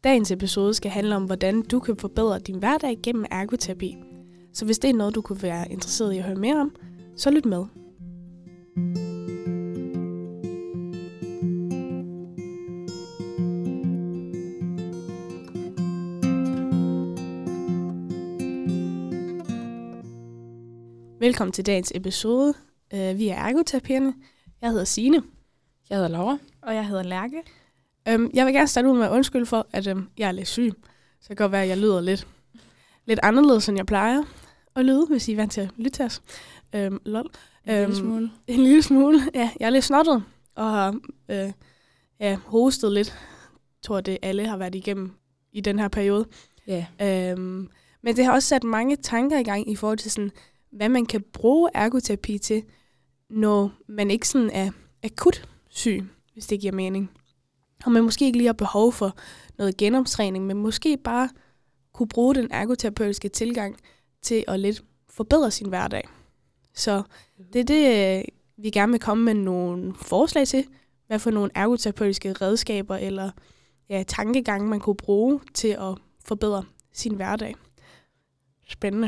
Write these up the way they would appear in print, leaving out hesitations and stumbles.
Dagens episode skal handle om, hvordan du kan forbedre din hverdag gennem ergoterapi. Så hvis det er noget, du kunne være interesseret i at høre mere om, så lyt med. Velkommen til dagens episode. Vi er ergoterapeerne. Jeg hedder Signe. Jeg hedder Laura. Og jeg hedder Lærke. Jeg vil gerne starte ud med at undskylde for, at jeg er lidt syg. Så det kan godt være, at jeg lyder lidt anderledes, end jeg plejer at lyde, hvis I er vant til at lytte til os. Lol. En lille smule. En lille smule, ja. Jeg er lidt snottet og har hostet lidt. Jeg tror, det alle har været igennem i den her periode. Yeah. Men det har også sat mange tanker i gang i forhold til, sådan, hvad man kan bruge ergoterapi til, når man ikke sådan er akut syg, hvis det giver mening. Og man måske ikke lige har behov for noget genoptræning, men måske bare kunne bruge den ergoterapeutiske tilgang til at lidt forbedre sin hverdag. Så det er det, vi gerne vil komme med nogle forslag til. Hvad for nogle ergoterapeutiske redskaber eller tankegange, man kunne bruge til at forbedre sin hverdag. Spændende.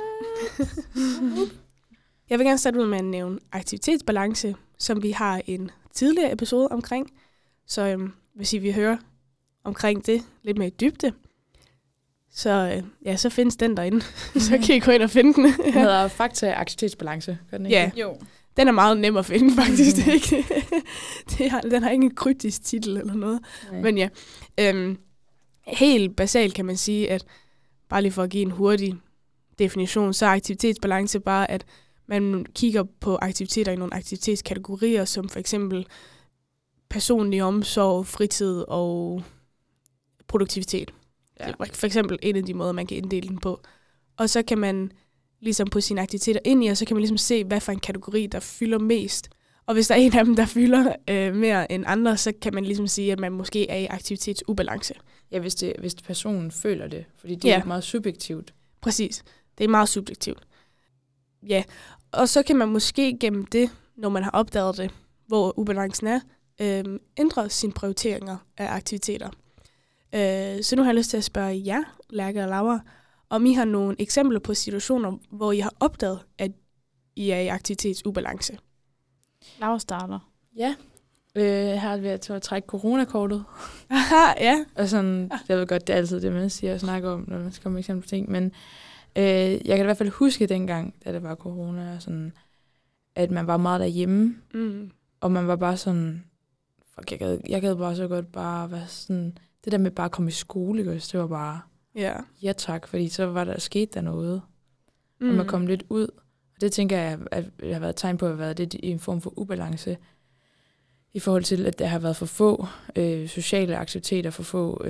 Jeg vil gerne starte ud med at nævne aktivitetsbalance, som vi har en tidligere episode omkring. Så hvis I vil høre omkring det lidt mere i dybde, så findes den derinde. Så kan I gå ind og finde den. Den hedder Fakta aktivitetsbalance, gør den ikke? Ja, Jo. Den er meget nem at finde, faktisk. Den har ingen kryptisk titel eller noget. Nej. Men ja, helt basalt kan man sige, at bare lige for at give en hurtig definition, så er aktivitetsbalance bare, at man kigger på aktiviteter i nogle aktivitetskategorier, som for eksempel personlig omsorg, fritid og produktivitet. Ja. Det er for eksempel en af de måder, man kan inddele den på. Og så kan man ligesom på sine aktiviteter ind i, og så kan man ligesom se, hvad for en kategori, der fylder mest. Og hvis der er en af dem, der fylder mere end andre, så kan man ligesom sige, at man måske er i aktivitetsubalance. Ja, hvis personen føler det, fordi det er meget subjektivt. Præcis. Det er meget subjektivt. Ja, og så kan man måske gennem det, når man har opdaget det, hvor ubalancen er, ændre sine prioriteringer af aktiviteter. Så nu har jeg lyst til at spørge jer, Lærke og Laura, om I har nogle eksempler på situationer, hvor I har opdaget, at I er i aktivitetsubalance. Laura starter. Ja. Her er vi til at trække coronakortet. Aha, ja. Og sådan, jeg ved godt, det er altid det, man siger og snakker om, når man skal komme med eksempler på ting. Men jeg kan i hvert fald huske dengang, da det var corona, sådan, at man var meget derhjemme. Mm. Og man var bare sådan, fuck, jeg gad bare så godt bare være sådan, det der med bare at komme i skole, det var bare, ja tak, fordi så var der sket der noget. Og man kom lidt ud. Og det tænker jeg, at jeg har været et tegn på, at have været lidt i en form for ubalance, i forhold til, at der har været for få sociale aktiviteter, for få,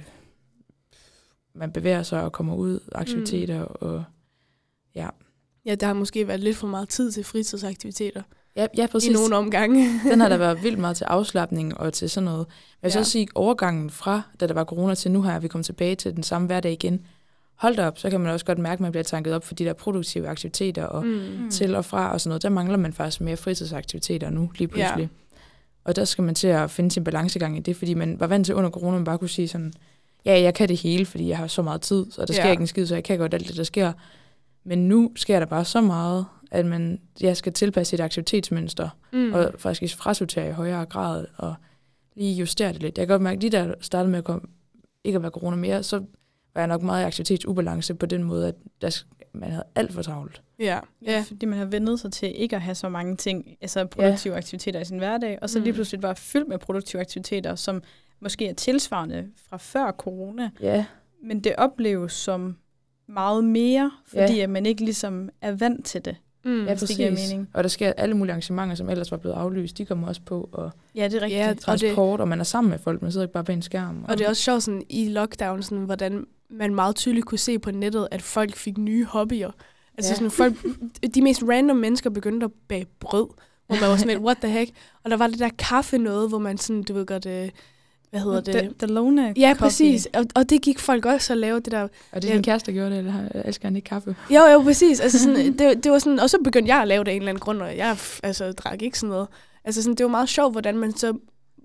man bevæger sig og kommer ud, aktiviteter, og ja. Ja, der har måske været lidt for meget tid til fritidsaktiviteter. Ja, præcis. I nogle omgange. Den har der været vildt meget til afslapning og til sådan noget. Men jeg vil så sige, overgangen fra, da der var corona til nu her, vi kommer tilbage til den samme hverdag igen. Hold da op, så kan man også godt mærke, at man bliver tanket op for de der produktive aktiviteter og til og fra og sådan noget. Der mangler man faktisk mere fritidsaktiviteter nu, lige pludselig. Ja. Og der skal man til at finde sin balancegang i det, fordi man var vant til under corona, man bare kunne sige sådan, ja, jeg kan det hele, fordi jeg har så meget tid, så der sker ikke en skid, så jeg kan godt alt det, der sker. Men nu sker der bare så meget, at jeg skal tilpasse sit aktivitetsmønster, og faktisk frasortere i højere grad, og lige justere det lidt. Jeg kan godt mærke, at de der startede med ikke at være corona mere, så var jeg nok meget i aktivitetsubalance på den måde, at man havde alt for travlt. Ja, fordi man har vendet sig til ikke at have så mange ting, altså produktive aktiviteter i sin hverdag, og så lige pludselig bare fyldt med produktive aktiviteter, som måske er tilsvarende fra før corona, men det opleves som meget mere, fordi at man ikke ligesom er vant til det. Ja, præcis. Mening. Og der sker alle mulige arrangementer, som ellers var blevet aflyst, de kommer også på. Og ja, det er rigtigt. Ja, transport, og man er sammen med folk, man sidder ikke bare på en skærm. Og det er også sjovt sådan, i lockdown, sådan, hvordan man meget tydeligt kunne se på nettet, at folk fik nye hobbyer. Altså sådan, folk, de mest random mennesker begyndte at bage brød, hvor man var sådan lidt, what the heck? Og der var det der kaffe noget, hvor man sådan, du ved godt, hvad hedder det? Dalgona coffee. Ja, præcis. Og det gik folk også at lave det der. Og det er din kæreste, der gjorde det, eller elsker han ikke kaffe? Jo, præcis. Altså sådan, det var sådan, og så begyndte jeg at lave det af en eller anden grund, og jeg drak ikke sådan noget. Altså sådan, det var meget sjovt, hvordan man så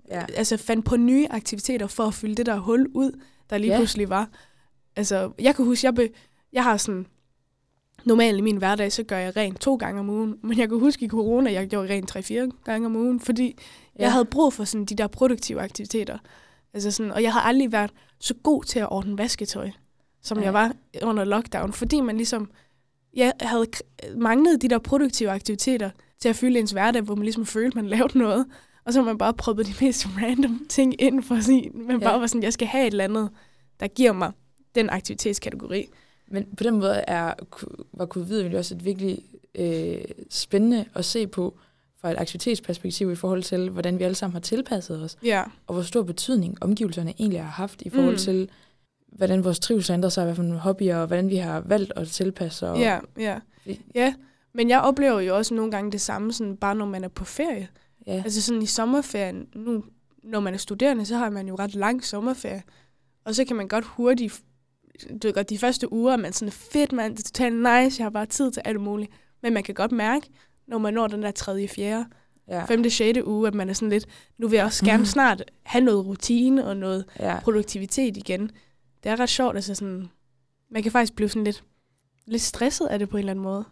altså fandt på nye aktiviteter for at fylde det der hul ud, der lige pludselig var. Altså, jeg kan huske, jeg har sådan, normalt i min hverdag, så gør jeg rent 2 gange om ugen, men jeg kan huske i corona, jeg gjorde rent 3-4 gange om ugen, fordi jeg havde brug for sådan de der produktive aktiviteter. Altså sådan, og jeg har aldrig været så god til at ordne vasketøj, som jeg var under lockdown, fordi man ligesom, jeg havde manglet de der produktive aktiviteter til at fylde ens hverdag, hvor man ligesom følte, man lavede noget, og så har man bare proppet de mest random ting ind for at sige, man bare var sådan, jeg skal have et eller andet, der giver mig den aktivitetskategori. Men på den måde var covid jo også et virkelig spændende at se på fra et aktivitetsperspektiv i forhold til, hvordan vi alle sammen har tilpasset os, og hvor stor betydning omgivelserne egentlig har haft i forhold til, hvordan vores trivsel ændrer sig, hvad for nogle hobbyer, og hvordan vi har valgt at tilpasse. Og ja, men jeg oplever jo også nogle gange det samme, sådan bare når man er på ferie. Ja. Altså sådan i sommerferien, nu når man er studerende, så har man jo ret lang sommerferie, og så kan man godt hurtigt, du ved godt, de første uger er man sådan, fedt mand, det er totalt nice, jeg har bare tid til alt muligt, men man kan godt mærke, når man når den der 3., 4., 5., 6. uge, at man er sådan lidt, nu vil jeg også gerne snart have noget rutine og noget produktivitet igen. Det er ret sjovt, altså sådan, man kan faktisk blive sådan lidt stresset af det på en eller anden måde.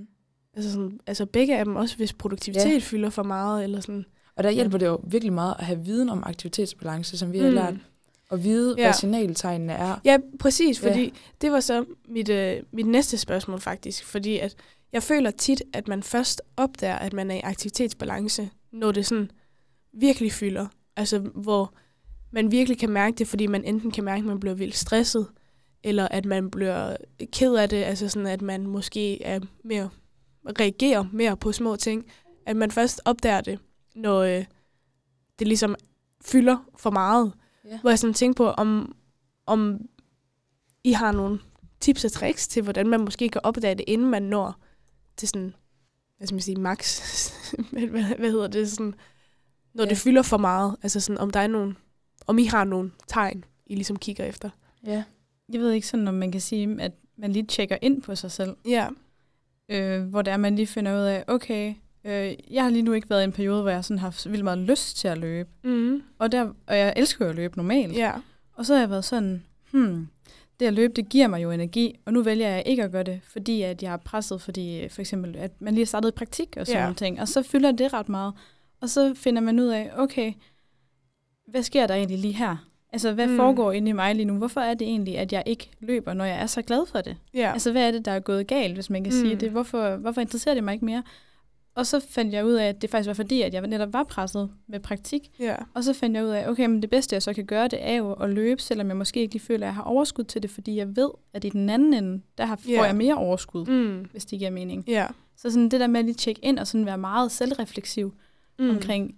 Altså begge af dem, også hvis produktivitet fylder for meget, eller sådan. Og der hjælper det jo virkelig meget at have viden om aktivitetsbalance, som vi har lært, og vide, hvad signaltegnene er. Ja, præcis, fordi det var så mit næste spørgsmål faktisk, fordi at jeg føler tit, at man først opdager, at man er i aktivitetsbalance, når det sådan virkelig fylder. Altså, hvor man virkelig kan mærke det, fordi man enten kan mærke, at man bliver vildt stresset, eller at man bliver ked af det, altså sådan, at man måske reagerer mere på små ting. At man først opdager det, når det ligesom fylder for meget. Hvor jeg sådan tænker på, om I har nogle tips og tricks til, hvordan man måske kan opdage det, inden man når til sådan, hvad skal man sige, max, hvad hedder det, sådan, når det fylder for meget, altså sådan, om I har nogle tegn, I ligesom kigger efter. Ja. Jeg ved ikke sådan, om man kan sige, at man lige tjekker ind på sig selv. Ja. Hvor der man lige finder ud af, okay, jeg har lige nu ikke været i en periode, hvor jeg sådan har vildt meget lyst til at løbe. Og jeg elsker jo at løbe normalt. Ja. Og så har jeg været sådan, det at løbe, det giver mig jo energi, og nu vælger jeg ikke at gøre det, fordi at jeg er presset, fordi for eksempel, at man lige har startet praktik og sådan nogle ting, og så fylder det ret meget. Og så finder man ud af, okay, hvad sker der egentlig lige her? Altså, hvad foregår inde i mig lige nu? Hvorfor er det egentlig, at jeg ikke løber, når jeg er så glad for det? Yeah. Altså, hvad er det, der er gået galt, hvis man kan sige det? Hvorfor interesserer det mig ikke mere? Og så fandt jeg ud af, at det faktisk var fordi, at jeg netop var presset med praktik. Yeah. Og så fandt jeg ud af, okay, men det bedste, jeg så kan gøre, det er jo at løbe, selvom jeg måske ikke lige føler, at jeg har overskud til det, fordi jeg ved, at i den anden ende, får jeg mere overskud, hvis det giver mening. Yeah. Så sådan det der med at lige tjekke ind og sådan være meget selvrefleksiv omkring,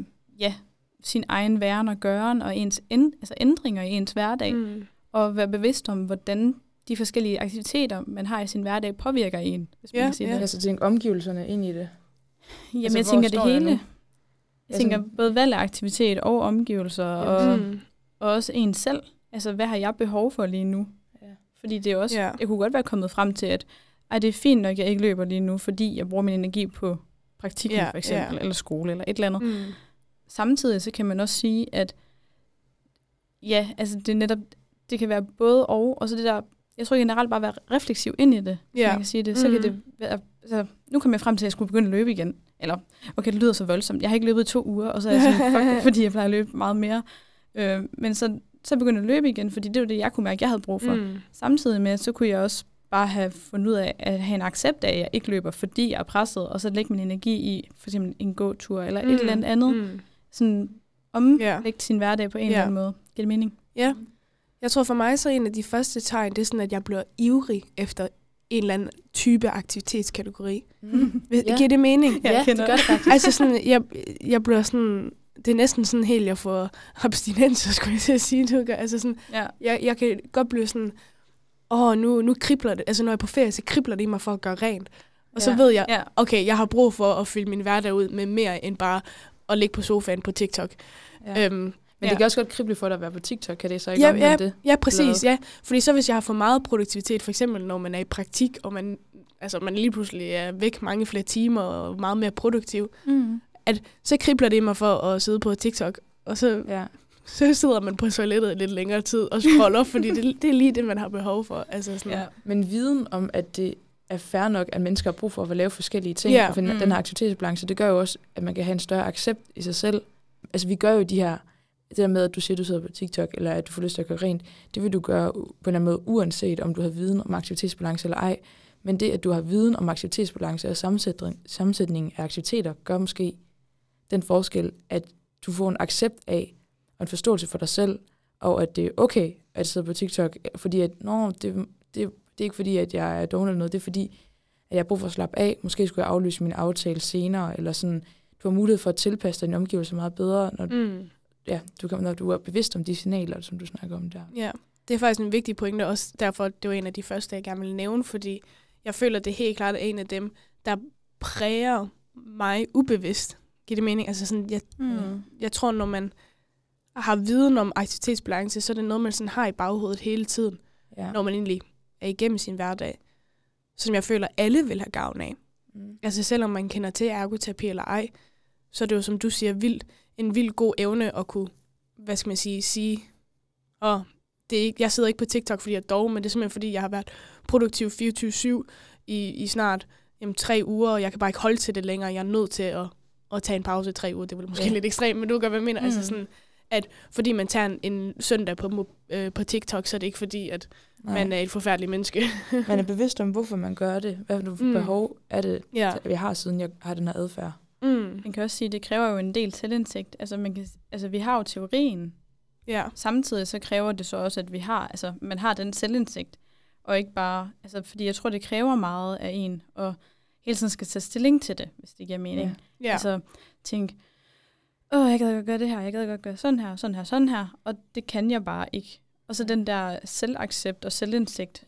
sin egen væren og gøren og ens ændringer i ens hverdag, og være bevidst om, hvordan de forskellige aktiviteter, man har i sin hverdag, påvirker en, hvis man kan sige det. Jeg så tænker omgivelserne ind i det. Jamen, altså, jeg tænker det hele. Jeg tænker både valg af aktivitet og omgivelser, og også en selv. Altså, hvad har jeg behov for lige nu? Ja. Fordi det er også, jeg kunne godt være kommet frem til, at det er fint nok, jeg ikke løber lige nu, fordi jeg bruger min energi på praktikken for eksempel, eller skole, eller et eller andet. Samtidig så kan man også sige, at altså det er netop, det kan være både og så det der, jeg tror generelt bare være refleksiv ind i det, man kan sige det. Så kan det være, altså, nu kom jeg frem til, at jeg skulle begynde at løbe igen. Eller, okay, det lyder så voldsomt. Jeg har ikke løbet i 2 uger, og så er jeg sådan, fuck det, fordi jeg plejer at løbe meget mere. Men så begyndte jeg at løbe igen, fordi det var det, jeg kunne mærke, jeg havde brug for. Samtidig med, så kunne jeg også bare have fundet ud af, at have en accept af, at jeg ikke løber, fordi jeg er presset, og så lægge min energi i, for eksempel en gåtur, eller et eller andet. Sådan omlægge sin hverdag på en eller anden måde. Giver det mening? Ja. Jeg tror for mig, så en af de første tegn, det er sådan, at jeg bliver ivrig efter en eller anden type aktivitetskategori. Giver det mening? Ja, det gør det faktisk. Altså sådan, jeg bliver sådan, det er næsten sådan helt, jeg får abstinenser, skulle jeg til at sige. Du. Altså sådan, jeg kan godt blive sådan, nu kribler det. Altså når jeg er på ferie, så kribler det i mig for at gøre rent. Og så ved jeg, okay, jeg har brug for at fylde min hverdag ud med mere end bare at ligge på sofaen på TikTok. Ja. Men det kan også godt krible for dig at være på TikTok, kan det så ikke omvendt det? Ja, præcis, ja. Fordi så hvis jeg har for meget produktivitet, for eksempel når man er i praktik, og man lige pludselig er væk mange flere timer og meget mere produktiv, at så kribler det mig for at sidde på TikTok og så sidder man på toilettet lidt længere tid og scroller, fordi det er lige det, man har behov for. Altså sådan. Ja. Men viden om, at det er fair nok, at mennesker har brug for at lave forskellige ting, og finde den her aktivitetsbalance, det gør jo også, at man kan have en større accept i sig selv. Altså vi gør jo det der med, at du siger, at du sidder på TikTok, eller at du får lyst til at gøre rent, det vil du gøre på en eller anden måde, uanset om du har viden om aktivitetsbalance eller ej. Men det, at du har viden om aktivitetsbalance og sammensætning af aktiviteter, gør måske den forskel, at du får en accept af, og en forståelse for dig selv, og at det er okay at sidde på TikTok, fordi at, det er ikke fordi, at jeg er doven eller noget, det er fordi, at jeg har brug for at slappe af. Måske skulle jeg aflyse min aftale senere, eller sådan, du har mulighed for at tilpasse din omgivelser meget bedre, når du er bevidst om de signaler, som du snakker om der. Ja, det er faktisk en vigtig pointe, også derfor, det var en af de første, jeg gerne ville nævne, fordi jeg føler, det helt klart er en af dem, der præger mig ubevidst. Giver det mening? Altså sådan, jeg tror, når man har viden om aktivitetsbalance, så er det noget, man sådan har i baghovedet hele tiden, når man egentlig er igennem sin hverdag, som jeg føler, alle vil have gavn af. Altså selvom man kender til ergoterapi eller ej, så er det jo, som du siger, en vild god evne at kunne, hvad skal man sige, det er ikke, jeg sidder ikke på TikTok, fordi jeg er dog, men det er simpelthen, fordi jeg har været produktiv 24/7 i snart 3 uger, og jeg kan bare ikke holde til det længere. Jeg er nødt til at tage en pause i 3 uger. Det er måske lidt ekstremt, men du kan, hvad jeg mener. Altså sådan, at fordi man tager en søndag på TikTok, så er det ikke fordi, at man er et forfærdeligt menneske. Man er bevidst om, hvorfor man gør det. Hvad behov er det, jeg har, siden jeg har den her adfærd. Man kan også sige, at det kræver jo en del selvindsigt. Altså, vi har jo teorien. Ja. Samtidig så kræver det så også, at man har den selvindsigt, og ikke bare, fordi jeg tror, det kræver meget af en, og hele tiden skal tage stilling til det, hvis det giver mening. Ja. Altså, tænk, jeg gad godt gøre det her, jeg gad godt gøre sådan her, sådan her, sådan her, og det kan jeg bare ikke. Og så den der selvaccept og selvindsigt,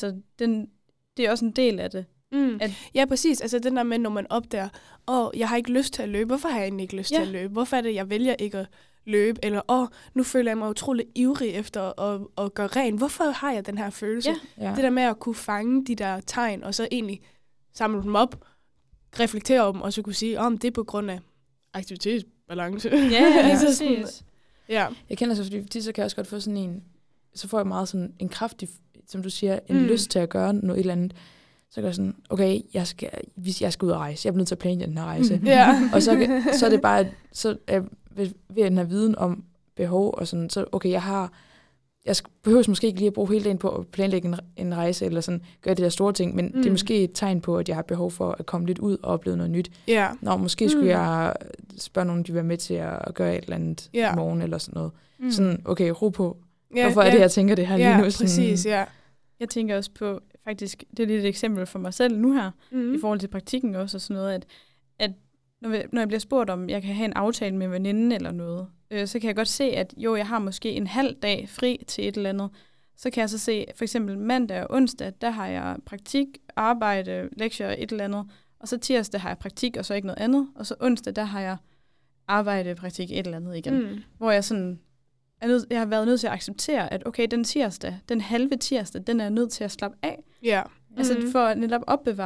det er også en del af det. Ja, præcis. Altså den der med, når man opdager, jeg har ikke lyst til at løbe. Hvorfor har jeg egentlig ikke lyst til at løbe? Hvorfor er det, jeg vælger ikke at løbe? Eller, nu føler jeg mig utrolig ivrig efter at gøre rent. Hvorfor har jeg den her følelse? Ja. Det der med at kunne fange de der tegn, og så egentlig samle dem op, reflektere dem, og så kunne sige, det er på grund af aktivitetsbalance. Ja, præcis. Ja. Jeg kender så, fordi så kan jeg også godt få sådan en, så får jeg meget sådan en kraftig, som du siger, en lyst til at gøre noget et eller andet. Så gør jeg sådan, okay, jeg skal ud og rejse. Jeg bliver nødt til at planlægge den her rejse. Og så er det bare, så ved den her viden om behov, og sådan, så okay, jeg behøver måske ikke lige at bruge hele dagen på at planlægge en rejse, eller sådan, gøre det der store ting, men det er måske et tegn på, at jeg har behov for at komme lidt ud og opleve noget nyt. Måske skulle jeg spørge nogen, de vil være med til at gøre et eller andet i morgen, eller sådan noget. Sådan, okay, ro på. Hvorfor er det, jeg tænker det her lige nu? Ja, præcis, Jeg tænker også på, faktisk, det er lidt et eksempel for mig selv nu her, i forhold til praktikken også, og sådan noget, at når jeg bliver spurgt om, jeg kan have en aftale med veninden eller noget, så kan jeg godt se, at jeg har måske en halv dag fri til et eller andet. Så kan jeg så se, for eksempel mandag og onsdag, der har jeg praktik, arbejde, lektier, et eller andet. Og så tirsdag har jeg praktik, og så ikke noget andet. Og så onsdag, der har jeg arbejde, praktik, et eller andet igen. Hvor jeg sådan, jeg har været nødt til at acceptere, at okay, den halve tirsdag, den er jeg nødt til at slappe af. Ja. Altså for netop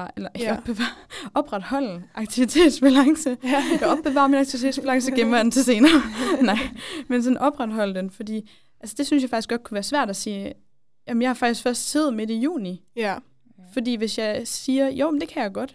opretholde aktivitetsbalance. Jeg opbevarer min aktivitetsbalance, gemmer den til senere. Nej, men sådan opretholde den, fordi det synes jeg faktisk godt kunne være svært at sige, jamen jeg har faktisk først siddet midt i juni. Ja. Fordi hvis jeg siger, jo, men det kan jeg godt,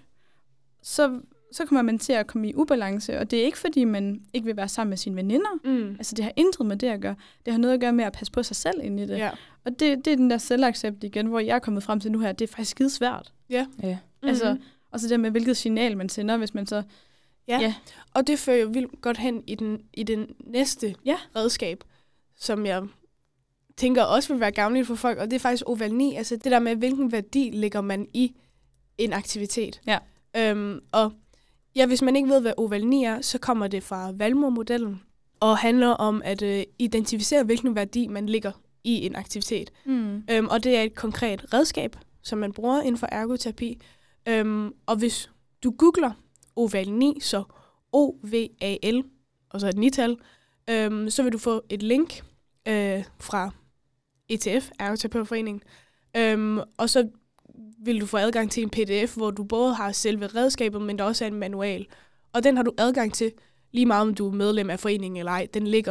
så kommer man til at komme i ubalance, og det er ikke fordi, man ikke vil være sammen med sine veninder. Altså det har intet med det at gøre. Det har noget at gøre med at passe på sig selv ind i det. Ja. Og det er den der selvaccept igen, hvor jeg er kommet frem til nu her, det er faktisk skide svært. Ja. Altså, og så det med, hvilket signal man sender, hvis man så... Ja. Og det fører jo vildt godt hen i den næste redskab, som jeg tænker også vil være gavnligt for folk, og det er faktisk oval 9, altså det der med, hvilken værdi lægger man i en aktivitet. Ja. Og hvis man ikke ved, hvad oval 9 er, så kommer det fra Valmor-modellen, og handler om at identificere, hvilken værdi man lægger i en aktivitet. Og det er et konkret redskab, som man bruger inden for ergoterapi. Og hvis du googler oval 9, så OVAL, og så et 9-tal, så vil du få et link fra ETF, Ergoterapeutforeningen, og så vil du få adgang til en pdf, hvor du både har selve redskabet, men der også er en manual. Og den har du adgang til, lige meget om du er medlem af foreningen eller ej. Den ligger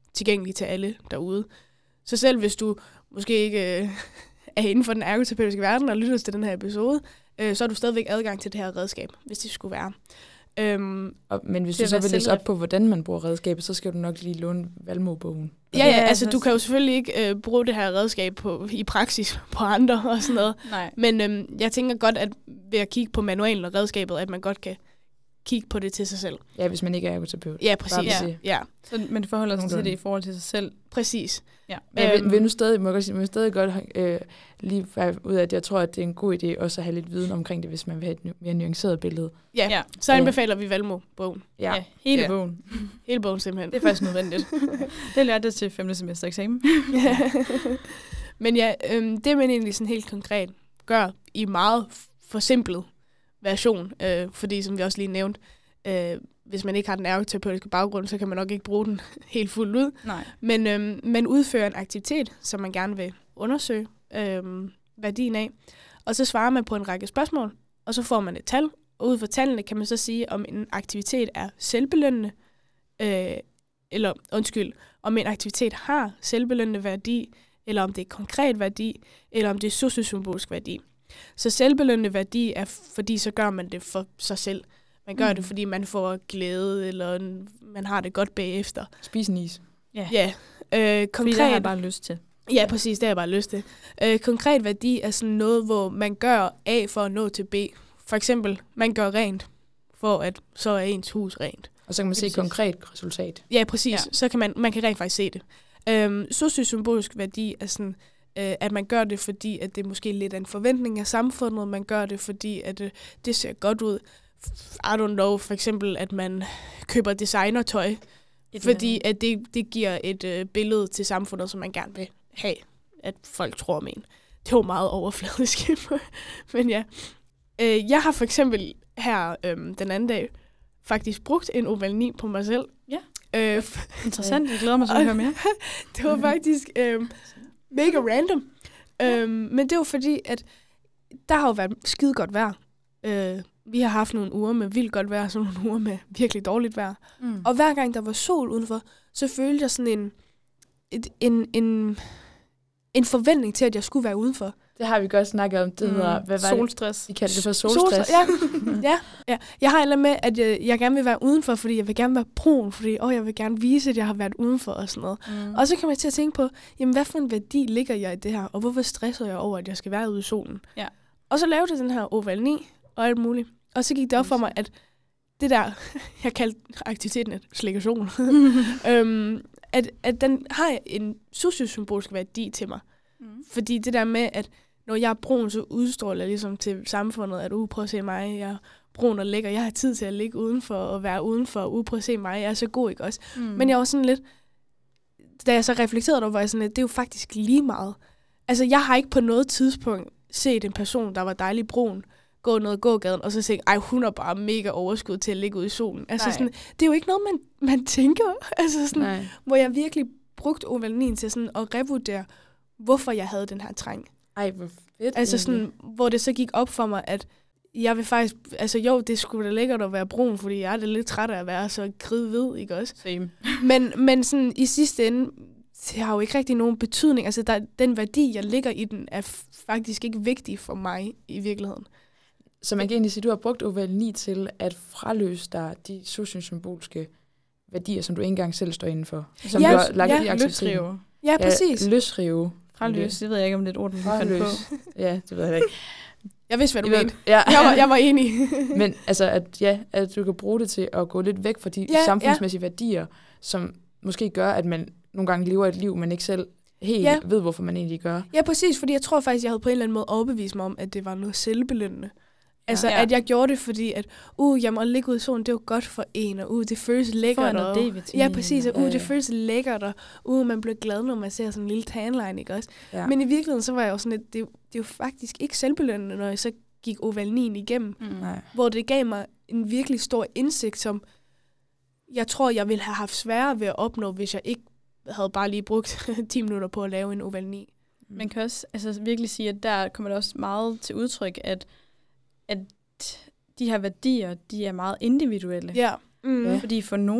tilgængelig til alle derude. Så selv hvis du måske ikke er inden for den ergoterapeutiske verden og lytter til den her episode, så har du stadigvæk adgang til det her redskab, hvis det skulle være. Men hvis du så vil læse op på, hvordan man bruger redskabet, så skal du nok lige låne Valmo-bogen. Ja, altså du kan jo selvfølgelig ikke bruge det her redskab i praksis på andre og sådan noget. Nej. Men jeg tænker godt, at ved at kigge på manualen og redskabet, at man godt kan kigge på det til sig selv. Ja, hvis man ikke er ergoterapeut. Ja, præcis. Ja. Så man forholder sig til det i forhold til sig selv. Præcis. Ja. Men jeg vil nu stadig godt lige ud af, at jeg tror, at det er en god idé også at have lidt viden omkring det, hvis man vil have et mere nuanceret billede. Ja. Så anbefaler vi Valmo-bogen. Ja, hele bogen. Hele bogen simpelthen. Det er faktisk nødvendigt. Det lærte jeg til 5. semester eksamen. Men ja, det man egentlig sådan helt konkret gør i meget forsimplet version, fordi som vi også lige nævnte, hvis man ikke har den ergoterapeutiske baggrund, så kan man nok ikke bruge den helt fuldt ud. Nej. Men man udfører en aktivitet, som man gerne vil undersøge værdien af, og så svarer man på en række spørgsmål, og så får man et tal, og ud fra tallene kan man så sige, om en aktivitet er selvbelønnende, om en aktivitet har selvbelønnende værdi, eller om det er konkret værdi, eller om det er sociosymbolsk værdi. Så selvbelønnende værdi er, fordi så gør man det for sig selv. Man gør det, fordi man får glæde, eller man har det godt bagefter. Spise en is. Ja. Konkret, fordi det har jeg bare lyst til. Ja, præcis, det har jeg bare lyst til. Konkret værdi er sådan noget, hvor man gør A for at nå til B. For eksempel, man gør rent, for at så er ens hus rent. Og så kan man se et konkret resultat. Ja, præcis. Ja. Så kan man kan rent faktisk se det. Sociosymbolisk værdi er sådan, at man gør det, fordi at det er måske lidt af en forventning af samfundet. Man gør det, fordi at det ser godt ud. I don't know, for eksempel, at man køber designertøj, fordi at det giver et billede til samfundet, som man gerne vil have, at folk tror om en. Det var meget overfladisk. Men ja. Jeg har for eksempel her den anden dag faktisk brugt en Oval 9 på mig selv. Ja. Interessant, jeg glæder mig til at høre mere. Det var faktisk mega random. Men det var fordi, at der har jo været skide godt vejr. Vi har haft nogle uger med vildt godt vejr, så nogle uger med virkelig dårligt vejr. Og hver gang der var sol udenfor, så følte jeg sådan en forventning til, at jeg skulle være udenfor. Det har vi godt snakket om. Det hedder, hvad var solstress. Det? I kaldte det for solstress. Ja. Jeg har eller med, at jeg gerne vil være udenfor, fordi jeg vil gerne være brun, fordi jeg vil gerne vise, at jeg har været udenfor og sådan noget. Og så kan man til at tænke på, jamen hvad for en værdi ligger jeg i det her, og hvorfor stresser jeg over, at jeg skal være ude i solen? Ja. Og så lavede jeg den her Oval 9 og alt muligt. Og så gik det op for mig, at det der, jeg kaldte aktiviteten et slikation, at den har en sociosymbolsk værdi til mig. Fordi det der med, at når jeg er brun, så udstråler jeg ligesom til samfundet, at prøv at se mig, jeg er brun og lækker, jeg har tid til at ligge udenfor og være udenfor, prøv at se mig, jeg er så god, ikke også? Men jeg var sådan lidt, da jeg så reflekterede over, var jeg sådan lidt, det er jo faktisk lige meget. Altså, jeg har ikke på noget tidspunkt set en person, der var dejlig brun, gå ned ad gågaden, og så tænke, hun er bare mega overskud til at ligge ude i solen. Altså sådan, det er jo ikke noget, man tænker. Altså sådan, hvor jeg virkelig brugte Oval 9 til sådan at revurdere, hvorfor jeg havde den her træng. Ej, hvor fedt. Altså sådan, hvor det så gik op for mig, at jeg vil faktisk, altså det skulle da lækkert at være brun, fordi jeg er lidt træt af at være så kridhvid, ikke også? Same. Men sådan i sidste ende, det har jo ikke rigtig nogen betydning. Altså den værdi, jeg ligger i den, er faktisk ikke vigtig for mig i virkeligheden. Så man kan egentlig sige, at du har brugt Oval 9 til at fraløse dig de sociosymbolske værdier, som du ikke engang selv står indenfor. Som du har lagt i aktiviteten. Ja, præcis. Løsrive. Fraløse, det ved jeg ikke, om det er et ord, du kan finde på. Ja, det ved jeg ikke. Jeg vidste, hvad du mente. Ja. Jeg var enig. Men altså, at du kan bruge det til at gå lidt væk fra de samfundsmæssige værdier, som måske gør, at man nogle gange lever et liv, man ikke selv helt ved, hvorfor man egentlig gør. Ja, præcis, fordi jeg tror faktisk, jeg havde på en eller anden måde overbevist mig om, at det var noget selvbelønnende. Altså, at jeg gjorde det, fordi at, jeg må ligge ude i solen, det er jo godt for en, og det føles lækkert. For noget D-vitamin. Ja, præcis, og det føles lækkert, og man bliver glad, når man ser sådan en lille tanline, ikke også? Ja. Men i virkeligheden, så var jeg jo sådan, at det er jo faktisk ikke selvbelønnende, når jeg så gik Oval 9 igennem, hvor det gav mig en virkelig stor indsigt, som jeg tror, jeg ville have haft sværere ved at opnå, hvis jeg ikke havde bare lige brugt 10 minutter på at lave en Oval 9. Man kan også virkelig sige, at der kommer det også meget til udtryk, at de her værdier, de er meget individuelle. Ja. Fordi for nogen,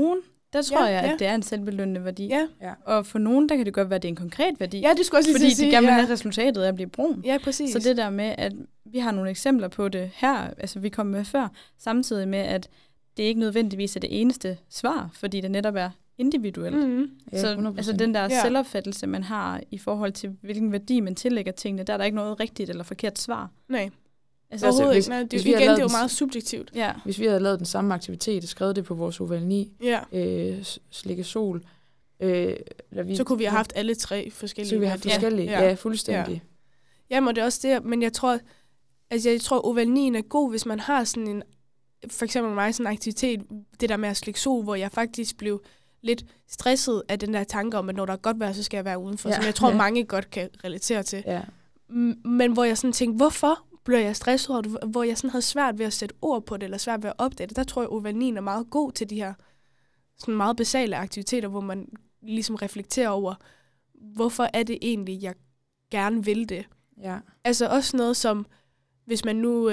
Der tror jeg, at det er en selvbelønnende værdi. Ja. Og for nogen, der kan det godt være, at det er en konkret værdi. Ja, det skulle også fordi sige, de gerne vil have resultatet af at blive brun. Ja, præcis. Så det der med, at vi har nogle eksempler på det her, altså vi kom med før, samtidig med, at det ikke nødvendigvis er det eneste svar, fordi det netop er individuelt. Mm-hmm. Ja, så altså den der selvopfattelse, man har i forhold til, hvilken værdi man tillægger tingene, der er der ikke noget rigtigt eller forkert svar. Nej. Altså, hvis det er jo meget subjektivt. Ja. Hvis vi havde lavet den samme aktivitet, skrevet det på vores oval 9, slikke sol, så kunne vi have haft alle 3 forskellige. Så kunne vi have haft forskellige, ja, fuldstændig. Ja. Jamen, det er også det, men jeg tror oval 9 er god, hvis man har sådan en, for eksempel mig, sådan en aktivitet, det der med at slikke sol, hvor jeg faktisk blev lidt stresset af den der tanke om, at når der er godt vejr, så skal jeg være udenfor, som jeg tror, mange godt kan relatere til. Ja. Men hvor jeg sådan tænkte, hvorfor blev jeg stresset over det, hvor jeg sådan havde svært ved at sætte ord på det, eller svært ved at opdage det, der tror jeg, oval 9 er meget god til de her sådan meget basale aktiviteter, hvor man ligesom reflekterer over, hvorfor er det egentlig, jeg gerne vil det. Ja. Altså også noget som, hvis man nu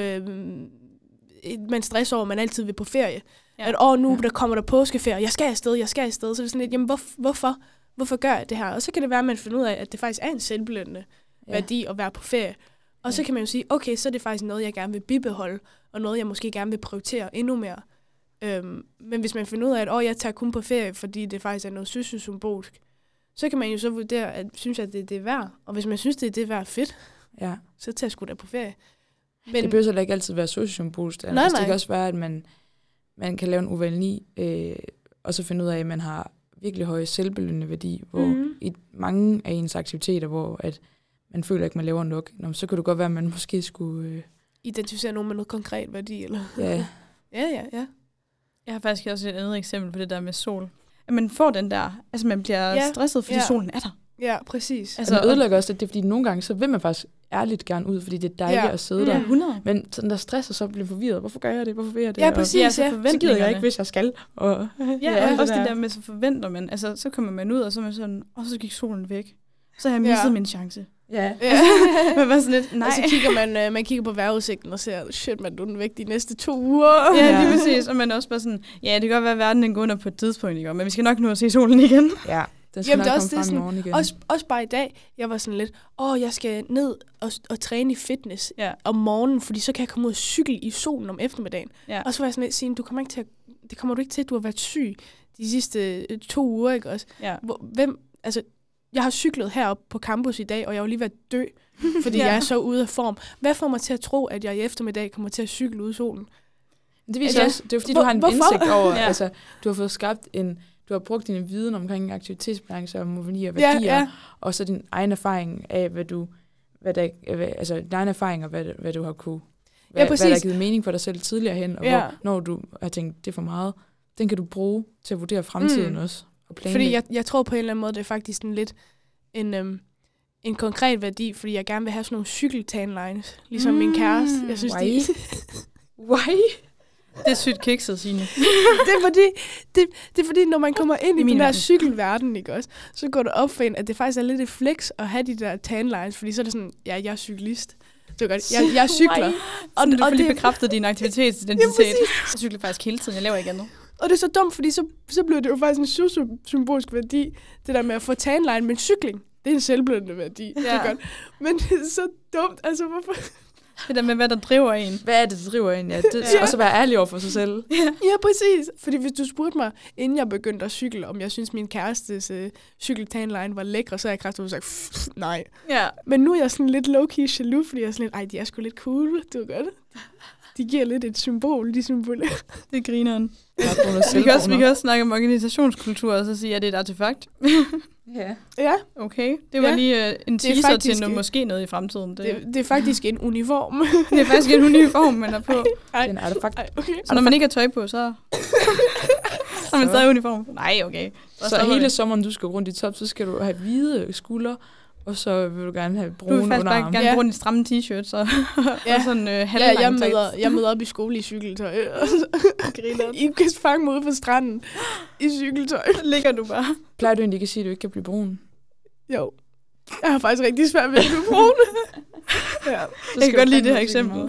man stresser over, at man altid vil på ferie. Ja. At nu der kommer der påskeferie, jeg skal afsted. Så er det sådan lidt, jamen hvorfor gør jeg det her? Og så kan det være, at man finder ud af, at det faktisk er en selvbelønnende værdi at være på ferie. Og så kan man jo sige, okay, så er det faktisk noget, jeg gerne vil bibeholde, og noget, jeg måske gerne vil prioritere endnu mere. Men hvis man finder ud af, at jeg tager kun på ferie, fordi det faktisk er noget symbolsk, så kan man jo så vurdere, at synes jeg, det er værd. Og hvis man synes, det er værd fedt, så tager jeg sgu da på ferie. Men det behøver så ikke altid være sociosymbolisk. Nej. Det kan også være, at man kan lave en oval 9, og så finde ud af, at man har virkelig høj selvbelønnende værdi, hvor i mange af ens aktiviteter, hvor at man føler ikke, man laver nok, så kan det godt være, at man måske skulle identificere nogen med noget konkret værdi, eller? Ja. Ja. Jeg har faktisk også et andet eksempel på det der med sol. At man får den der, altså man bliver stresset, fordi solen er der. Ja, præcis. Altså, man ødelægger også det, fordi nogle gange, så vil man faktisk ærligt gerne ud, fordi det er dejligt at sidde der. 100. Men sådan der stress, og så bliver forvirret. Hvorfor gør jeg det? Hvorfor vil jeg det? Ja, præcis. Så gider jeg ikke, hvis jeg skal. Og, også det der med, så forventer man. Altså, så kommer man ud, og så er man sådan, så gik solen væk. Så har jeg mistet min chance. Ja. Men bare sådan lidt, nej. Og så kigger man kigger på vejrudsigten og ser, shit, man, du er den væk de næste 2 uger. Ja, lige præcis. Og man er også bare sådan, det kan godt være, at verden den går under på et tidspunkt, ikke? Men vi skal nok nå at se solen igen. Ja. Det er også det sådan, også bare i dag, jeg var sådan lidt, jeg skal ned og træne i fitness om morgenen, fordi så kan jeg komme ud og cykle i solen om eftermiddagen. Ja. Og så var jeg sådan lidt, Signe, det kommer du ikke til, du har været syg de sidste 2 uger, ikke også? Ja. Jeg har cyklet heroppe på campus i dag, og jeg var lige ved at dø, fordi jeg er så ude af form. Hvad får mig til at tro, at jeg i eftermiddag kommer til at cykle ude i solen? Det viser også, det er fordi, du har en indsigt over, altså, du har fået skabt du har brugt din viden omkring aktivitetsbalance og morfoni og værdier, og så din egen erfaring af, hvad du har kunne, hvad der har givet mening for dig selv tidligere hen, og når du har tænkt, det er for meget, den kan du bruge til at vurdere fremtiden også. Fordi jeg tror på en eller anden måde, det er faktisk sådan lidt en konkret værdi, fordi jeg gerne vil have sådan nogle cykeltanlines, ligesom min kæreste. Jeg synes, Why? Det er sygt kikset, Signe. det er fordi, når man kommer ind i den der cykelverden, ikke også, så går det op for en, at det faktisk er lidt et flex at have de der tanlines, fordi så er det sådan, jeg er cyklist. Det er godt. Jeg cykler. Og du får lige bekræftet din aktivitetsidentitet. Jeg cykler faktisk hele tiden, jeg laver ikke andet. Og det er så dumt, fordi så bliver det jo faktisk en symbolsk værdi, det der med at få tanline, men cykling, det er en selvbelønnende værdi. Ja. Det er godt. Men det er så dumt, altså hvorfor? Det der med, hvad der driver en. Hvad er det, der driver en? Ja, det skal også være ærlig over for sig selv. Ja, præcis. Fordi hvis du spurgte mig, inden jeg begyndte at cykle, om jeg synes min kærestes cykeltanline var lækre, så havde jeg kraftigt sagt, nej. Ja. Men nu er jeg sådan lidt low-key jaloux, fordi jeg er sådan lidt, de er sgu lidt cool, du ved godt. De giver lidt et symbol, de symboler. Det er grineren. Vi kan også snakke om organisationskultur, og så sige, at det er et artefakt. Ja. Okay, det var lige en teaser til måske noget i fremtiden. Det er faktisk en uniform. Det er faktisk en uniform, man er på. Det er en artefakt. Okay. Så når man ikke har tøj på, så har man stadig uniform. Nej, okay. Så hele sommeren, du skal rundt i top, så skal du have hvide skuldre, og så vil du gerne have brune underarm. Du vil faktisk bare gerne bruge en stramme t-shirt, og sådan halvlang jeg møder op i skole i cykeltøj. I kan fange mig ude på stranden i cykeltøj. Ligger du bare. Plejer du egentlig ikke at sige, at du ikke kan blive brun? Jo. Jeg har faktisk rigtig svært ved at blive brun. Jeg kan godt lide det her eksempel.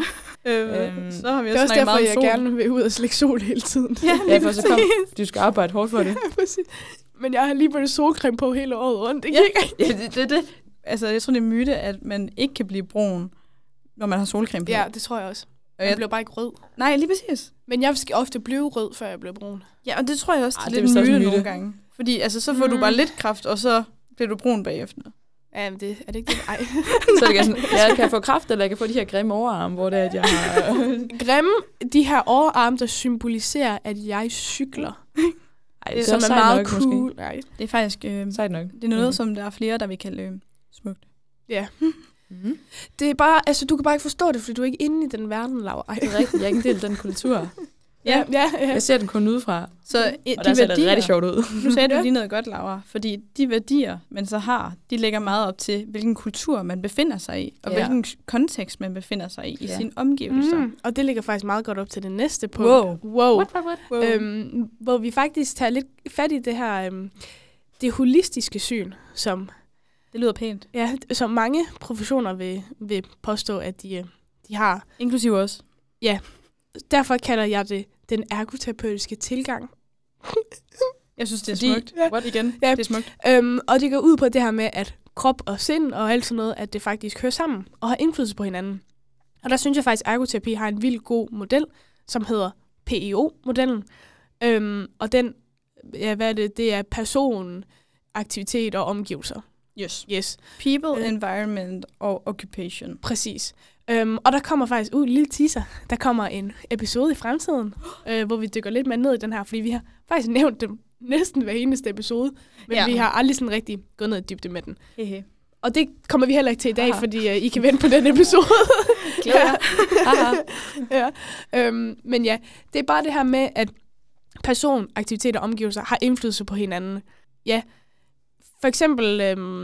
Så har vi det er også snakket derfor, meget om jeg sol. gerne vil ud og slække sol hele tiden. Ja, for så kom, du skal arbejde hårdt for det. Ja, præcis. Men jeg har lige både solcreme på hele året rundt. Det Ja. ikke det. Altså, jeg tror, det er myte, at man ikke kan blive brun, når man har solcreme på. Ja, det tror jeg også. Jeg bliver bare ikke rød. Nej, lige præcis. Men jeg skal ofte blive rød, før jeg bliver brun. Ja, og det tror jeg også, det er det er lidt vist også myte myte. nogle gange. Fordi altså, så får du bare lidt kraft, og så bliver du brun bagefter. Ja, men det er det ikke det? Ej. Så det kan sådan, jeg kan få kraft, eller jeg kan få de her grimme overarme, hvor det er, at jeg har... Grimme, de her overarme, der symboliserer, at jeg cykler. Ej, det Som er sejt meget nok, cool. måske. Nej. Det er faktisk Sejt nok. det er noget, som der er flere, der vil kalde smukt. Ja. Mm-hmm. Det er bare, altså du kan bare ikke forstå det, fordi du er ikke inde i den verden, Laura. Ej. Det er rigtigt, jeg er ikke en del af den kultur. Ja. Jeg ser den kun udefra, Så og der ser det rigtig sjovt ud. Nu sagde du lige noget godt, Laura, fordi de værdier, man så har, de lægger meget op til, hvilken kultur man befinder sig i, og hvilken kontekst man befinder sig i sine omgivelser. Og det ligger faktisk meget godt op til det næste punkt. Wow. What? Hvor vi faktisk tager lidt fat i det her, det holistiske syn, som, Det lyder pænt. ja, som mange professioner vil påstå, at de har. Inklusiv os. Derfor kalder jeg det den ergoterapeutiske tilgang. Jeg synes, det er Fordi- smukt. Ja. What igen? Ja. Det er smukt. Og det går ud på det her med, at krop og sind og alt sådan noget, at det faktisk hører sammen og har indflydelse på hinanden. Og der synes jeg faktisk, at ergoterapi har en vildt god model, som hedder PEO-modellen. Og den, ja, hvad er det? Det er person, aktivitet og omgivelser. Yes, People, environment og occupation. præcis. Og der kommer faktisk en lille teaser. Der kommer en episode i fremtiden, hvor vi dykker lidt mere ned i den her, fordi vi har faktisk nævnt dem næsten hver eneste episode, men vi har aldrig sådan rigtig gået ned i dybde med den. Hehe. Og det kommer vi heller ikke til i dag, fordi I kan vente på den episode. Ja. Men ja, det er bare det her med, at person, aktivitet og omgivelser har indflydelse på hinanden. Ja, for eksempel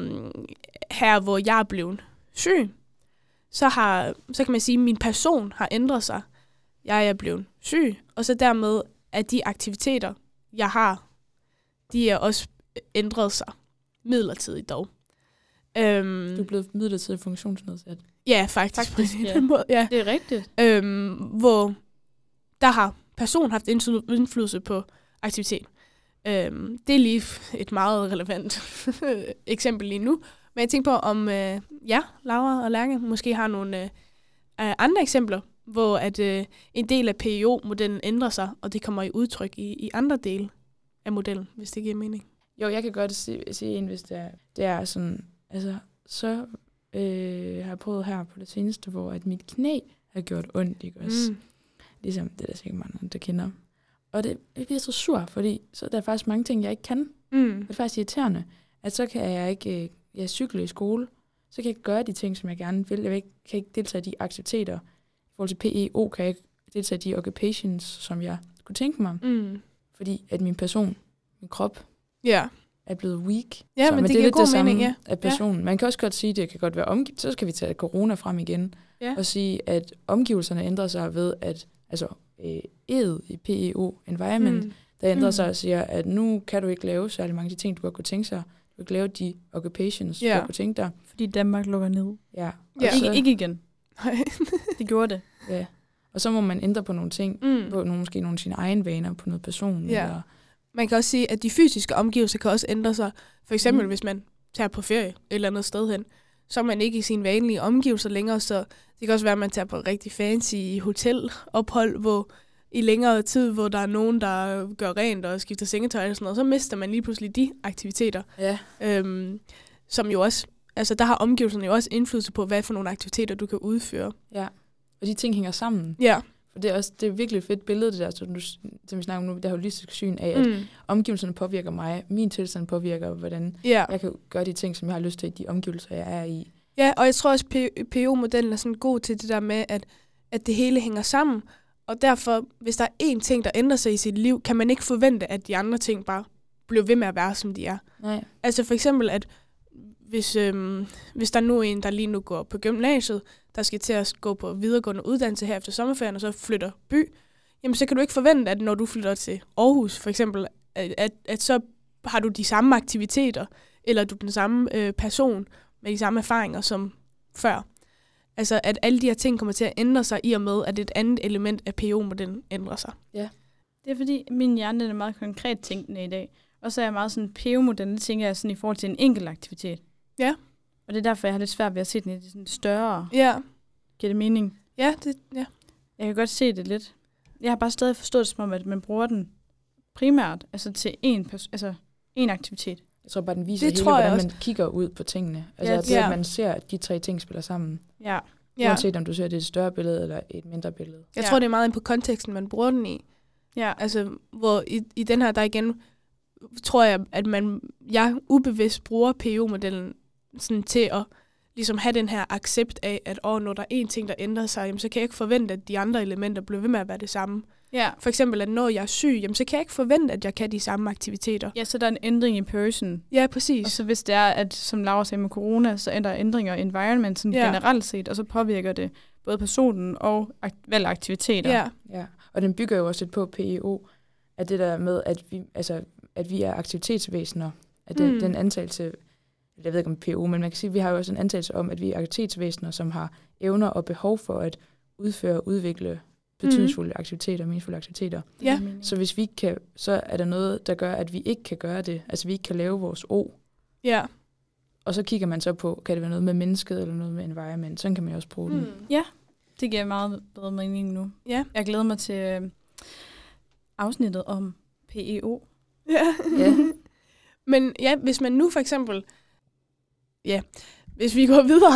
her, hvor jeg er blevet syg, så kan man sige, at min person har ændret sig. Jeg er blevet syg, og så dermed, at de aktiviteter, jeg har, de er også ændret sig midlertidigt dog. Du er blevet midlertidigt funktionsnedsat. Ja, faktisk. ja. Måde, ja. Det er rigtigt. Hvor der har person haft indflydelse på aktivitet. Det er lige et meget relevant eksempel lige nu. Men jeg tænker på, om Laura og Lærke måske har nogle andre eksempler, hvor at en del af PEO-modellen ændrer sig, og det kommer i udtryk i andre dele af modellen, hvis det giver mening. Jo, jeg kan godt sige en, hvis det er sådan, altså, så har jeg prøvet her på det seneste, hvor at mit knæ har gjort ondt, ikke også? Ligesom det der sikkert mange, der kender. Og det bliver så sur, fordi så der er faktisk mange ting, jeg ikke kan. Det er faktisk irriterende, at så kan jeg ikke cykle i skole, så kan jeg ikke gøre de ting, som jeg gerne vil. Kan ikke deltage i de aktiviteter. I forhold til PEO kan jeg ikke deltage i de occupations, som jeg kunne tænke mig. Fordi at min krop, er blevet weak. Ja, så, men det er giver lidt god det samme mening, ja. af personen. Ja. Man kan også godt sige, at det kan godt være omgivet. Så skal vi tage corona frem igen. Ja. Og sige, at omgivelserne ændrer sig ved, at altså E'et i PEO, environment, der ændrer sig og siger, at nu kan du ikke lave særlig mange af de ting, du godt kunne tænke sig. Du kan ikke lave de occupations, du godt kunne tænke dig. Fordi Danmark lukker ned. Ja. Ikke igen. Det gjorde det. Ja. Og så må man ændre på nogle ting, på måske nogle af sine egne vaner, på noget person. Ja. Eller Man kan også sige, at de fysiske omgivelser kan også ændre sig. For eksempel, hvis man tager på ferie et eller andet sted hen, så er man ikke i sine vanlige omgivelser længere, så det kan også være, at man tager på rigtig fancy hotelophold, hvor i længere tid, hvor der er nogen, der gør rent og skifter sengetøj og sådan noget, så mister man lige pludselig de aktiviteter. Ja. Som jo også, altså der har omgivelserne jo også indflydelse på, hvad for nogle aktiviteter, du kan udføre. Ja, og de ting hænger sammen. Ja. For det er virkelig et fedt billede, det der, som vi snakker om nu, det holistiske syn af, at omgivelserne påvirker mig, min tilstand påvirker, hvordan jeg kan gøre de ting, som jeg har lyst til, i de omgivelser, jeg er i. Ja, og jeg tror også, PEO-modellen er sådan god til det der med, at det hele hænger sammen, og derfor, hvis der er én ting, der ændrer sig i sit liv, kan man ikke forvente, at de andre ting bare bliver ved med at være, som de er. Nej. Altså for eksempel, at hvis der er nu en, der lige nu går på gymnasiet, der skal til at gå på videregående uddannelse her efter sommerferien, og så flytter by, jamen så kan du ikke forvente, at når du flytter til Aarhus, for eksempel, at så har du de samme aktiviteter, eller du er den samme person med de samme erfaringer som før. Altså, at alle de her ting kommer til at ændre sig i og med, at et andet element af PO-modellen ændrer sig. Ja. Det er fordi, min hjerne er meget konkret tænkende i dag. Og så er jeg meget sådan, PO-modellen, det tænker jeg sådan i forhold til en enkelt aktivitet. Ja. Og det er derfor, jeg har lidt svært ved at se den i det sådan større. Ja. Giver det mening? Ja. Jeg kan godt se det lidt. Jeg har bare stadig forstået det som om, at man bruger den primært altså til en aktivitet. Jeg tror bare, den viser hele, hvordan man kigger ud på tingene. Altså, at man ser, at de 3 ting spiller sammen. Ja. Uanset om du ser det et større billede eller et mindre billede. Jeg tror, det er meget ind på konteksten, man bruger den i. Ja. Altså, hvor i den her, der igen, tror jeg, at jeg ubevidst bruger PO-modellen sådan til at ligesom have den her accept af, at når der er en ting, der ændrer sig, jamen, så kan jeg ikke forvente, at de andre elementer bliver ved med at være det samme. Ja. For eksempel, at når jeg er syg, jamen, så kan jeg ikke forvente, at jeg kan de samme aktiviteter. Ja, så der er en ændring i person. Ja, præcis. Og så hvis det er, at som Laura sagde med corona, så ændrer ændringer i environment sådan generelt set, og så påvirker det både personen og aktiviteter. Ja, og den bygger jo også lidt på PEO, at det der med, at vi er aktivitetsvæsener, at den antagelse, jeg ved ikke om PO, men man kan sige, at vi har jo også en antagelse om, at vi er aktivitetsvæsener, som har evner og behov for at udføre og udvikle betydningsfulde aktiviteter, meningsfulde aktiviteter. Ja. Så hvis vi ikke kan, så er der noget, der gør, at vi ikke kan gøre det. Altså vi ikke kan lave vores O. Ja. Og så kigger man så på, kan det være noget med mennesket eller noget med environment. Sådan kan man jo også bruge den. Ja, det giver meget bedre mening nu. Ja. Jeg glæder mig til afsnittet om PEO. Ja. Men ja, hvis man nu for eksempel, hvis vi går videre,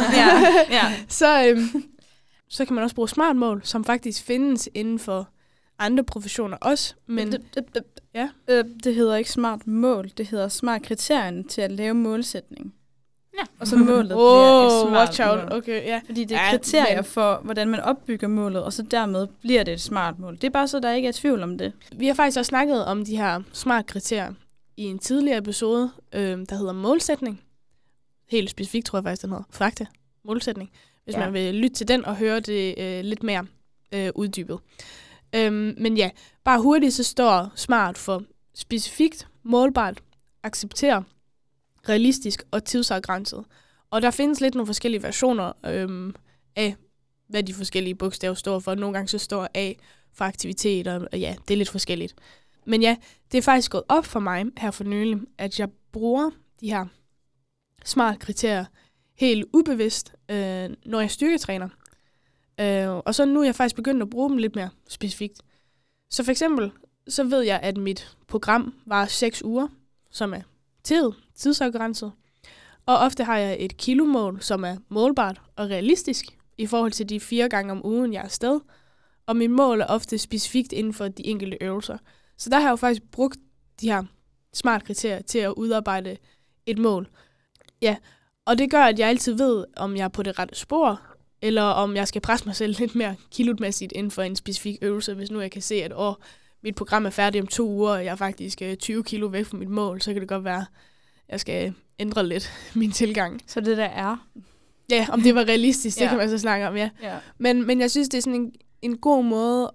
så kan man også bruge smart mål, som faktisk findes inden for andre professioner også. Men det hedder ikke smart mål, det hedder smart kriterier til at lave målsætning. Ja. Og så målet bliver et smart watch out. mål. Okay, ja. Fordi det er kriterier for, hvordan man opbygger målet, og så dermed bliver det et smart mål. Det er bare så, der ikke er tvivl om det. Vi har faktisk også snakket om de her smart kriterier i en tidligere episode, der hedder målsætning. Helt specifikt tror jeg faktisk, den hedder fakta. Målsætning. Hvis man vil lytte til den og høre det lidt mere uddybet. Men ja, bare hurtigt så står smart for specifikt, målbart, acceptere, realistisk og tidsafgrænset. Og der findes lidt nogle forskellige versioner af, hvad de forskellige bogstaver står for. Nogle gange så står A for aktiviteter, og ja, det er lidt forskelligt. Men ja, det er faktisk gået op for mig her for nylig, at jeg bruger de her smart kriterier helt ubevidst, når jeg styrketræner. Og så nu er jeg faktisk begyndt at bruge dem lidt mere specifikt. Så for eksempel, så ved jeg, at mit program var 6 uger, som er tidsafgrænset. Og ofte har jeg et kilomål, som er målbart og realistisk i forhold til de 4 gange om ugen, jeg er afsted. Og mit mål er ofte specifikt inden for de enkelte øvelser. Så der har jeg jo faktisk brugt de her smart kriterier til at udarbejde et mål. Ja, og det gør, at jeg altid ved, om jeg er på det rette spor, eller om jeg skal presse mig selv lidt mere kilomæssigt inden for en specifik øvelse. Hvis nu jeg kan se, at mit program er færdigt om 2 uger, og jeg er faktisk 20 kilo væk fra mit mål, så kan det godt være, at jeg skal ændre lidt min tilgang. Så det der er? Ja, om det var realistisk, det kan man så snakke om, ja. Men jeg synes, det er sådan en god måde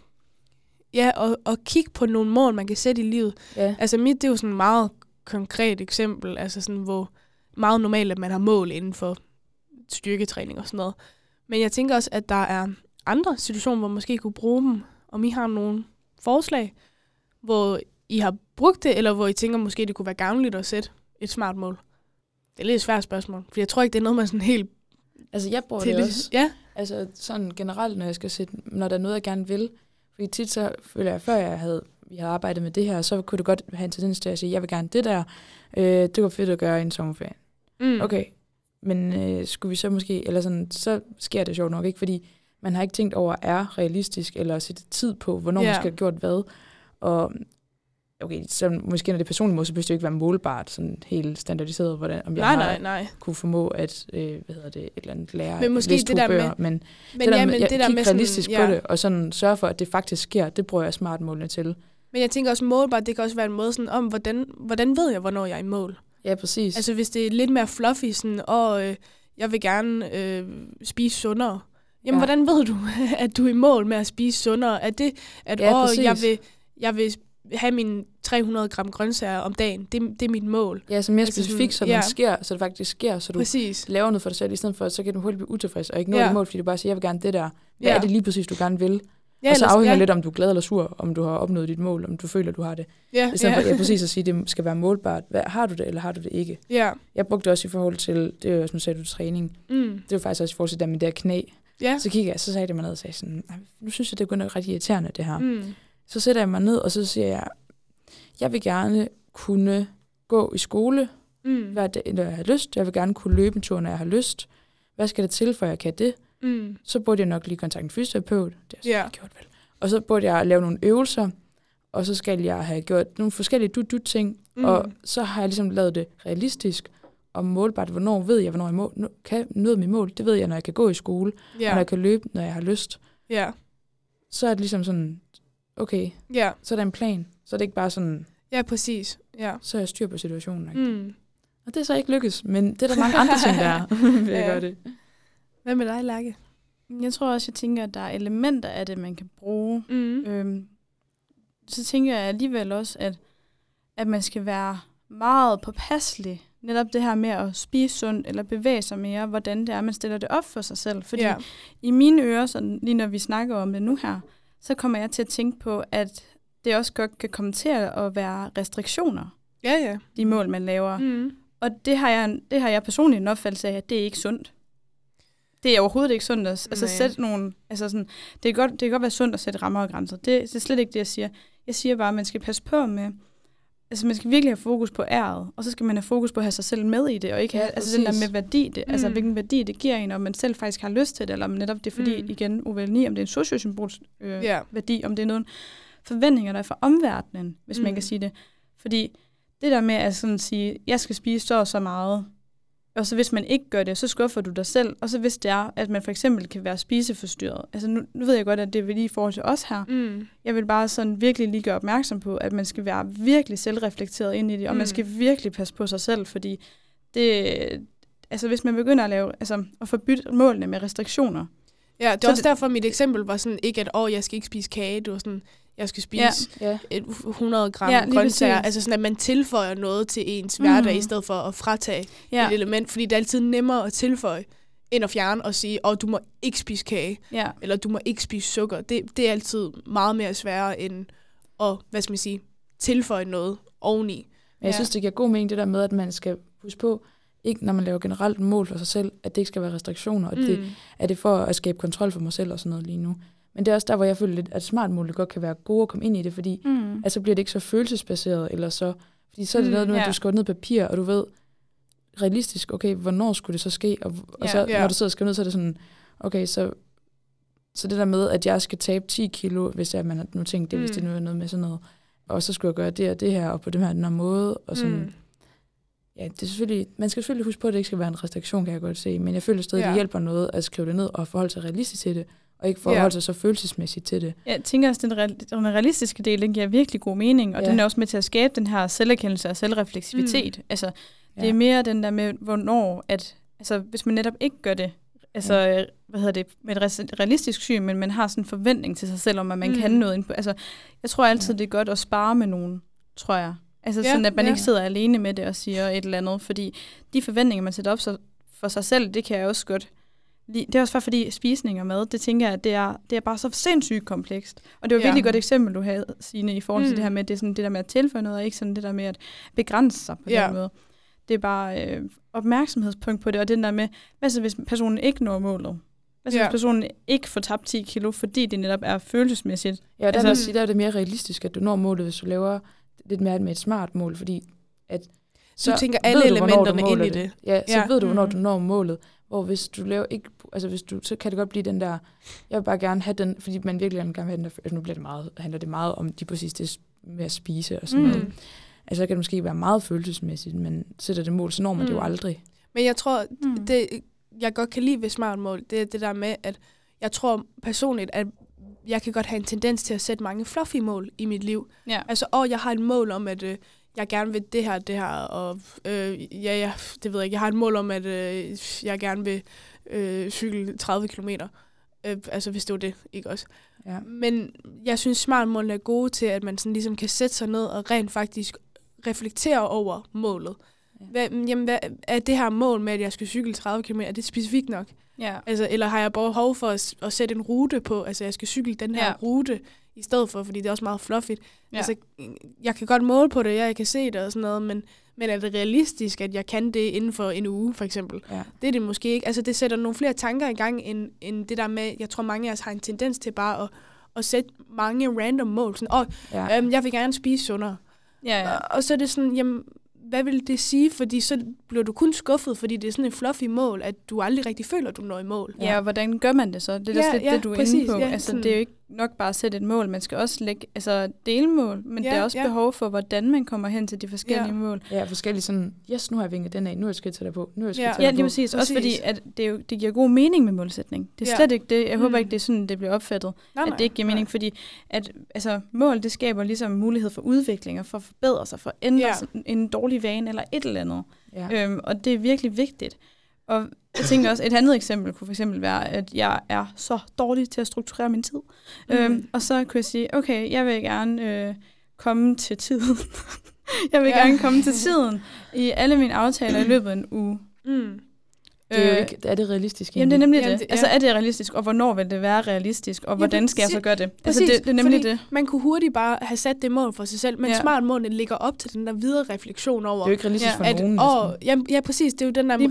at kigge på nogle mål, man kan sætte i livet. Ja. Altså mit, det er jo sådan et meget konkret eksempel, altså sådan, hvor meget normalt, at man har mål inden for styrketræning og sådan noget. Men jeg tænker også, at der er andre situationer, hvor man måske kunne bruge dem, om I har nogle forslag, hvor I har brugt det, eller hvor I tænker, måske det kunne være gavnligt at sætte et smart mål. Det er lidt et svært spørgsmål, for jeg tror ikke, det er noget, man sådan helt... Altså, jeg bruger det også. Ja. Altså, sådan generelt, når der er noget, jeg gerne vil. Fordi tit så føler jeg, før vi havde arbejdet med det her, så kunne det godt have en tendens til at sige, jeg vil gerne det der. Det var fedt at gøre i en sommerferie. Okay, men skulle vi så måske, eller sådan, så sker det sjovt nok ikke, fordi man har ikke tænkt over, er realistisk, eller sætte tid på, hvornår man skal have gjort hvad. Og okay, så måske når det er personligt mål, så behøver det ikke være målbart, sådan helt standardiseret, hvordan, om jeg kunne formå at, et eller andet lære, men måske læse 2 bøger, men det der med realistisk på det, og sådan sørge for, at det faktisk sker, det bruger jeg smart målene til. Men jeg tænker også målbart, det kan også være en måde sådan om, hvordan ved jeg, hvornår jeg er i mål? Ja, præcis. Altså hvis det er lidt mere fluffy, sådan, jeg vil gerne spise sundere. Jamen, hvordan ved du, at du er i mål med at spise sundere? Er det, at jeg vil have mine 300 gram grøntsager om dagen. Det er mit mål. Ja, så mere specifikt, så det faktisk sker, så du præcis. Laver noget for dig selv, i stedet for, så kan du hurtigt blive utilfreds, og ikke nå dit mål, fordi du bare siger, jeg vil gerne det der. Hvad er det lige præcis, du gerne vil? Ja, og så afhænger lidt, om du er glad eller sur, om du har opnået dit mål, om du føler, du har det. Ja, i stedet for præcis at sige, at det skal være målbart. Har du det, eller har du det ikke? Ja. Jeg brugte det også i forhold til, det er jo også, nu sagde du træning. Det var faktisk også i forhold til det med det her knæ. Ja. Så kiggede jeg, så sagde det mig ned og sagde sådan, nu synes jeg, det er ret irriterende, det her. Så sætter jeg mig ned, og så siger jeg vil gerne kunne gå i skole, hver dag, når jeg har lyst. Jeg vil gerne kunne løbe en tur, når jeg har lyst. Hvad skal der til, for jeg kan det? Så burde jeg nok lige kontakte en fysioterapeut. Det har jeg gjort vel. Og så burde jeg lave nogle øvelser, og så skal jeg have gjort nogle forskellige ting, og så har jeg ligesom lavet det realistisk og målbart. Hvornår ved jeg, hvornår jeg kan nå mit mål? Det ved jeg, når jeg kan gå i skole, og når jeg kan løbe, når jeg har lyst. Ja. Så er det ligesom sådan, okay, så er der en plan. Så er det ikke bare sådan, ja, præcis. Ja. Så er jeg styr på situationen. Og det er så ikke lykkes, men det er der mange andre ting, der vil jeg gøre det. Hvad med dig, Lærke? Jeg tror også, jeg tænker, at der er elementer af det, man kan bruge. Så tænker jeg alligevel også, at man skal være meget påpasselig. Netop det her med at spise sundt eller bevæge sig mere, hvordan det er, man stiller det op for sig selv. Fordi i mine ører, så lige når vi snakker om det nu her, så kommer jeg til at tænke på, at det også godt kan komme til at være restriktioner. Ja. De mål, man laver. Og det har jeg personligt en opfattelse af, at det er ikke sundt. Det er overhovedet ikke sundt at sætte nogle... Altså sådan, det kan godt være sundt at sætte rammer og grænser. Det er slet ikke det, jeg siger. Jeg siger bare, at man skal passe på med... Altså, man skal virkelig have fokus på æret, og så skal man have fokus på at have sig selv med i det, og ikke have den der med værdi, altså hvilken værdi det giver en, om man selv faktisk har lyst til det, eller om netop det er fordi, igen, uvelni, om det er en sociosymbolsk værdi, om det er nogle forventninger, der er fra omverdenen, hvis man kan sige det. Fordi det der med at sådan sige, jeg skal spise så meget, og så hvis man ikke gør det, så skuffer du dig selv. Og så hvis det er, at man for eksempel kan være spiseforstyrret. Altså nu ved jeg godt, at det er lige i forhold til os her. Jeg vil bare sådan virkelig lige gøre opmærksom på, at man skal være virkelig selvreflekteret ind i det, og man skal virkelig passe på sig selv, fordi det, altså hvis man begynder at lave, altså at forbytte målene med restriktioner. Ja, det er også derfor, mit eksempel var sådan, ikke at, jeg skal ikke spise kage, det var sådan, jeg skal spise 100 gram grøntsager. Altså sådan, at man tilføjer noget til ens hverdag, i stedet for at fratage et element. Fordi det er altid nemmere at tilføje, end at fjerne og sige, du må ikke spise kage, eller du må ikke spise sukker. Det er altid meget mere sværere, end at, tilføje noget oveni. Men jeg synes, det giver god mening, det der med, at man skal huske på, ikke når man laver generelt mål for sig selv, at det ikke skal være restriktioner, og det er det for at skabe kontrol for mig selv og sådan noget lige nu. Men det er også der, hvor jeg føler lidt, at smartmål godt kan være gode at komme ind i det, fordi så bliver det ikke så følelsesbaseret, eller så, fordi så er det noget, at du skriver ned papir, og du ved realistisk, okay, hvornår skulle det så ske, og så når du sidder og skriver ned, så er det sådan, okay, så det der med, at jeg skal tabe 10 kilo, hvis man har nu tænkt det, hvis det nu er noget med sådan noget, og så skulle jeg gøre det og det her, og på den her måde, og sådan, ja, det er selvfølgelig, man skal selvfølgelig huske på, at det ikke skal være en restriktion, kan jeg godt se, men jeg føler stadig, at det hjælper noget at skrive det ned, og forholde sig realistisk til det, og ikke forholde sig så følelsesmæssigt til det. Jeg tænker også, at den realistiske del, den giver virkelig god mening, og den er også med til at skabe den her selverkendelse og selvrefleksivitet. Altså, det er mere den der med, hvornår, at altså, hvis man netop ikke gør det, altså, med et realistisk syn, men man har sådan en forventning til sig selv, om at man kan noget. Altså, jeg tror altid, det er godt at spare med nogen, tror jeg. Altså sådan, at man ikke sidder alene med det og siger et eller andet, fordi de forventninger, man sætter op for sig selv, det kan jeg også godt. Det er også fordi spisning og mad, det tænker jeg, at det er bare så sindssygt komplekst. Og det var virkelig godt eksempel, du havde, Signe, i forhold til det her med, det er sådan det der med at tilføje noget, og ikke sådan det der med at begrænse sig på den måde. Det er bare opmærksomhedspunkt på det, og det der med, hvad så hvis personen ikke når målet? Hvad så hvis personen ikke får tabt 10 kilo, fordi det netop er følelsesmæssigt? Ja, der vil sige, der er det mere realistisk, at du når målet, hvis du laver lidt mere med et smart mål, fordi at så du tænker alle elementerne ind i det. Ja, så ved du, hvornår du når målet. Hvor hvis du laver ikke, altså så kan det godt blive den der, jeg vil bare gerne have den, fordi man virkelig gerne vil have den der, altså nu handler det meget om de præcis det med at spise og sådan noget. Altså så kan det måske være meget følelsesmæssigt, men sætter det mål, så når man det jo aldrig. Men jeg tror, det jeg godt kan lide ved smart mål, det er det der med, at jeg tror personligt, at jeg kan godt have en tendens til at sætte mange fluffy mål i mit liv. Ja. Altså, jeg har et mål om, at jeg gerne vil det her, og det ved jeg ikke. Jeg har et mål om, at jeg gerne vil cykle 30 kilometer. Altså hvis det var det, ikke også? Ja. Men jeg synes, smartmålene er gode til, at man sådan ligesom kan sætte sig ned og rent faktisk reflektere over målet. Ja. Hvad er det her mål med, at jeg skal cykle 30 km? Er det specifikt nok? Ja. Altså, eller har jeg behov for at sætte en rute på? Altså, jeg skal cykle den her rute i stedet for, fordi det er også meget fluffigt. Ja. Altså, jeg kan godt måle på det, jeg kan se det og sådan noget, men er det realistisk, at jeg kan det inden for en uge, for eksempel? Ja. Det er det måske ikke. Altså, det sætter nogle flere tanker i gang, end det der med, jeg tror, mange af os har en tendens til bare at sætte mange random mål. Sådan, jeg vil gerne spise sundere. Ja. Og så er det sådan, jamen, hvad vil det sige? Fordi så bliver du kun skuffet, fordi det er sådan et fluffy mål, at du aldrig rigtig føler, at du når i mål. Ja, og hvordan gør man det så? Det er det, du er inde på. Ja, altså, det er jo ikke nok bare at sætte et mål. Man skal også lægge delmål, men der er også behov for, hvordan man kommer hen til de forskellige mål. Ja, forskellige sådan, nu har jeg vinket den af, nu er jeg skridt til dig på, lige præcis. Også fordi, at det giver god mening med målsætning. Det er slet ikke det. Jeg håber ikke, det er sådan, det bliver opfattet, at det ikke giver mening, fordi at, altså, mål, det skaber ligesom mulighed for udvikling og for at forbedre sig, for at ændre en dårlig vane eller et eller andet. Ja. Og det er virkelig vigtigt. Og jeg tænker også, et andet eksempel kunne for eksempel være, at jeg er så dårlig til at strukturere min tid. Og så kunne jeg sige, okay, jeg vil gerne komme til tiden. Jeg vil gerne komme til tiden i alle mine aftaler i løbet af en uge. Det er jo ikke, er det realistisk? Jamen det er nemlig det. Altså er det realistisk, og hvornår vil det være realistisk, og hvordan skal jeg så gøre det? Altså det er nemlig det. Man kunne hurtigt bare have sat det mål for sig selv, men smart målene ligger op til den der videre refleksion over. Det er jo ikke realistisk for nogen. Ja, præcis. Det er jo den der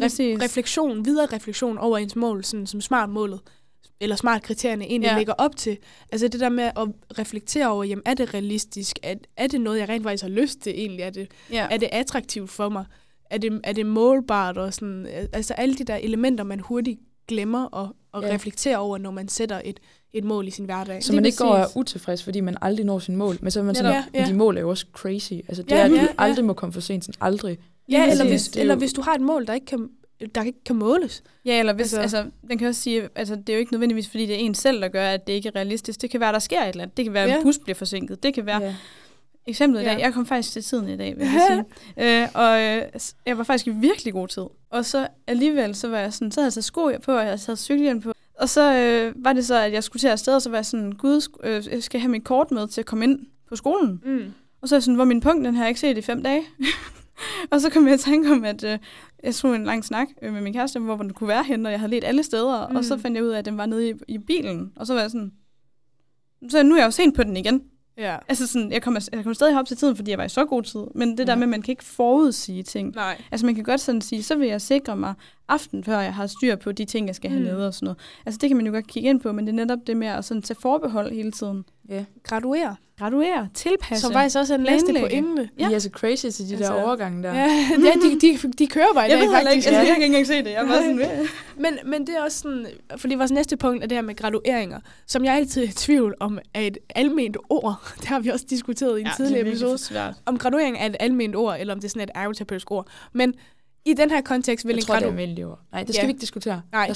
videre refleksion over ens mål, sådan som smart målet, eller smart kriterierne egentlig ligger op til. Altså det der med at reflektere over, jamen er det realistisk? Er det noget, jeg rent faktisk har lyst til egentlig? Er det attraktivt for mig? Er det målbart og sådan, altså alle de der elementer, man hurtigt glemmer og reflekterer over, når man sætter et mål i sin hverdag. Så man ikke går og er utilfreds, fordi man aldrig når sin mål, men så er man sådan, de mål er jo også crazy. Altså det er, at du aldrig må komme for sent, sådan aldrig. Ja, eller hvis du har et mål, der ikke kan måles. Ja, eller hvis, altså den kan også sige, altså det er jo ikke nødvendigvis, fordi det er en selv, der gør, at det ikke er realistisk. Det kan være, der sker et eller andet. Det kan være, at en bus bliver forsinket. Det kan være... Ja. Eksemplet i dag, jeg kom faktisk til tiden i dag, vil jeg sige. Og jeg var faktisk i virkelig god tid. Og så alligevel, så var jeg sådan, så havde jeg taget sko på, og jeg havde cykelhjelm på. Og så var det så, at jeg skulle til afsted, og så var jeg sådan, gud, jeg skal have mit kort med til at komme ind på skolen. Og så er jeg sådan, hvor min punkt, den har jeg ikke set i 5 dage. Og så kom jeg i tanke om, at jeg tog en lang snak med min kæreste, hvor den kunne være henne, og jeg havde let alle steder. Og så fandt jeg ud af, at den var nede i bilen. Og så var jeg sådan, så nu er jeg jo sent på den igen. Ja. Altså sådan, jeg kommer stadig op til tiden, fordi jeg var i så god tid, men det der med, at man kan ikke forudsige ting. Nej. Altså man kan godt sådan sige, så vil jeg sikre mig aften, før jeg har styr på de ting, jeg skal have nede og sådan noget. Altså det kan man jo godt kigge ind på, men det er netop det med at sådan tage forbehold hele tiden. Ja. Graduere, tilpasse. Som faktisk også er den næste pointe. Ja. De er så crazy til de der overgange der. Ja, de kører bare i dag faktisk. Jeg kan ikke engang se det. Jeg var sådan, men det er også sådan, fordi vores næste punkt er det her med gradueringer, som jeg altid er i tvivl om er et alment ord. Det har vi også diskuteret i en tidligere episode. Om graduering er et alment ord, eller om det er sådan et ergoterapeutisk ord. Men i den her kontekst vil jeg tror, det er almindeligt ord. Nej, det skal vi ikke diskutere. Nej.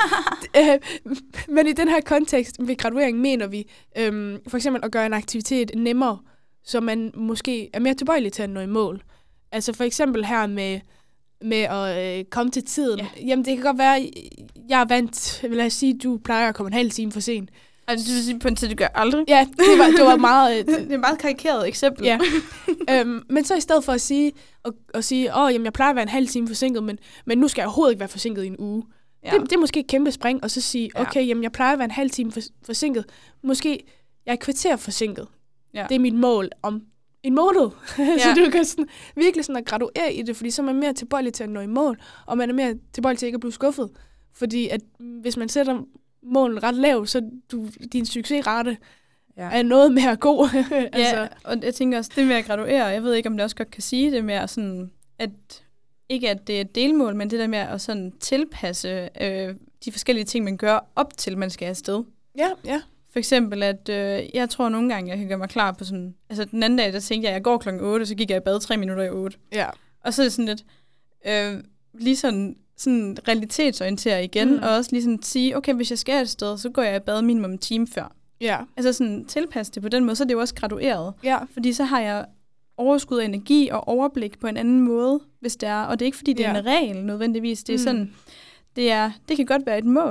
Men i den her kontekst ved graduering mener vi for eksempel at gøre en aktivitet nemmere, så man måske er mere tilbøjelig til at nå i mål. Altså for eksempel her med at komme til tiden. Ja. Jamen det kan godt være, jeg er vant, vil jeg sige, du plejer at komme en halv time for sent. Altså det vil sige på en tid, det gør aldrig. Ja, det var meget... det er et meget karikeret eksempel. Ja. Men så i stedet for at sige, jamen jeg plejer at være en halv time forsinket, men nu skal jeg overhovedet ikke være forsinket i en uge. Ja. Det er måske et kæmpe spring, og så sige, okay, jamen jeg plejer at være en halv time forsinket. Måske jeg er et kvarter forsinket. Ja. Det er mit mål om en måned. Så du kan sådan, virkelig sådan at graduere i det, fordi så er man mere tilbøjelig til at nå i mål, og man er mere tilbøjelig til ikke at blive skuffet. Fordi at hvis man sætter målen ret lav, så din succesrate er noget mere god. Altså. Ja, og jeg tænker også, det med at graduere, jeg ved ikke, om det også godt kan sige det med at sådan, at ikke at det er et delmål, men det der med at sådan tilpasse de forskellige ting, man gør op til, man skal afsted. Ja. For eksempel, at jeg tror nogle gange, jeg kan gøre mig klar på sådan, altså den anden dag, der tænkte jeg går klokken 8, så gik jeg i bad 3 minutter i 8. Ja. Og så er det sådan lidt, lige sådan realitetsorientere igen, og også lige sådan sige, okay, hvis jeg skal et sted, så går jeg i bad minimum en time før. Ja. Altså sådan tilpasse det på den måde, så er det jo også gradueret. Ja. Fordi så har jeg overskud af energi og overblik på en anden måde, hvis det er. Og det er ikke, fordi det er en regel nødvendigvis. Det er sådan, det kan godt være et mål.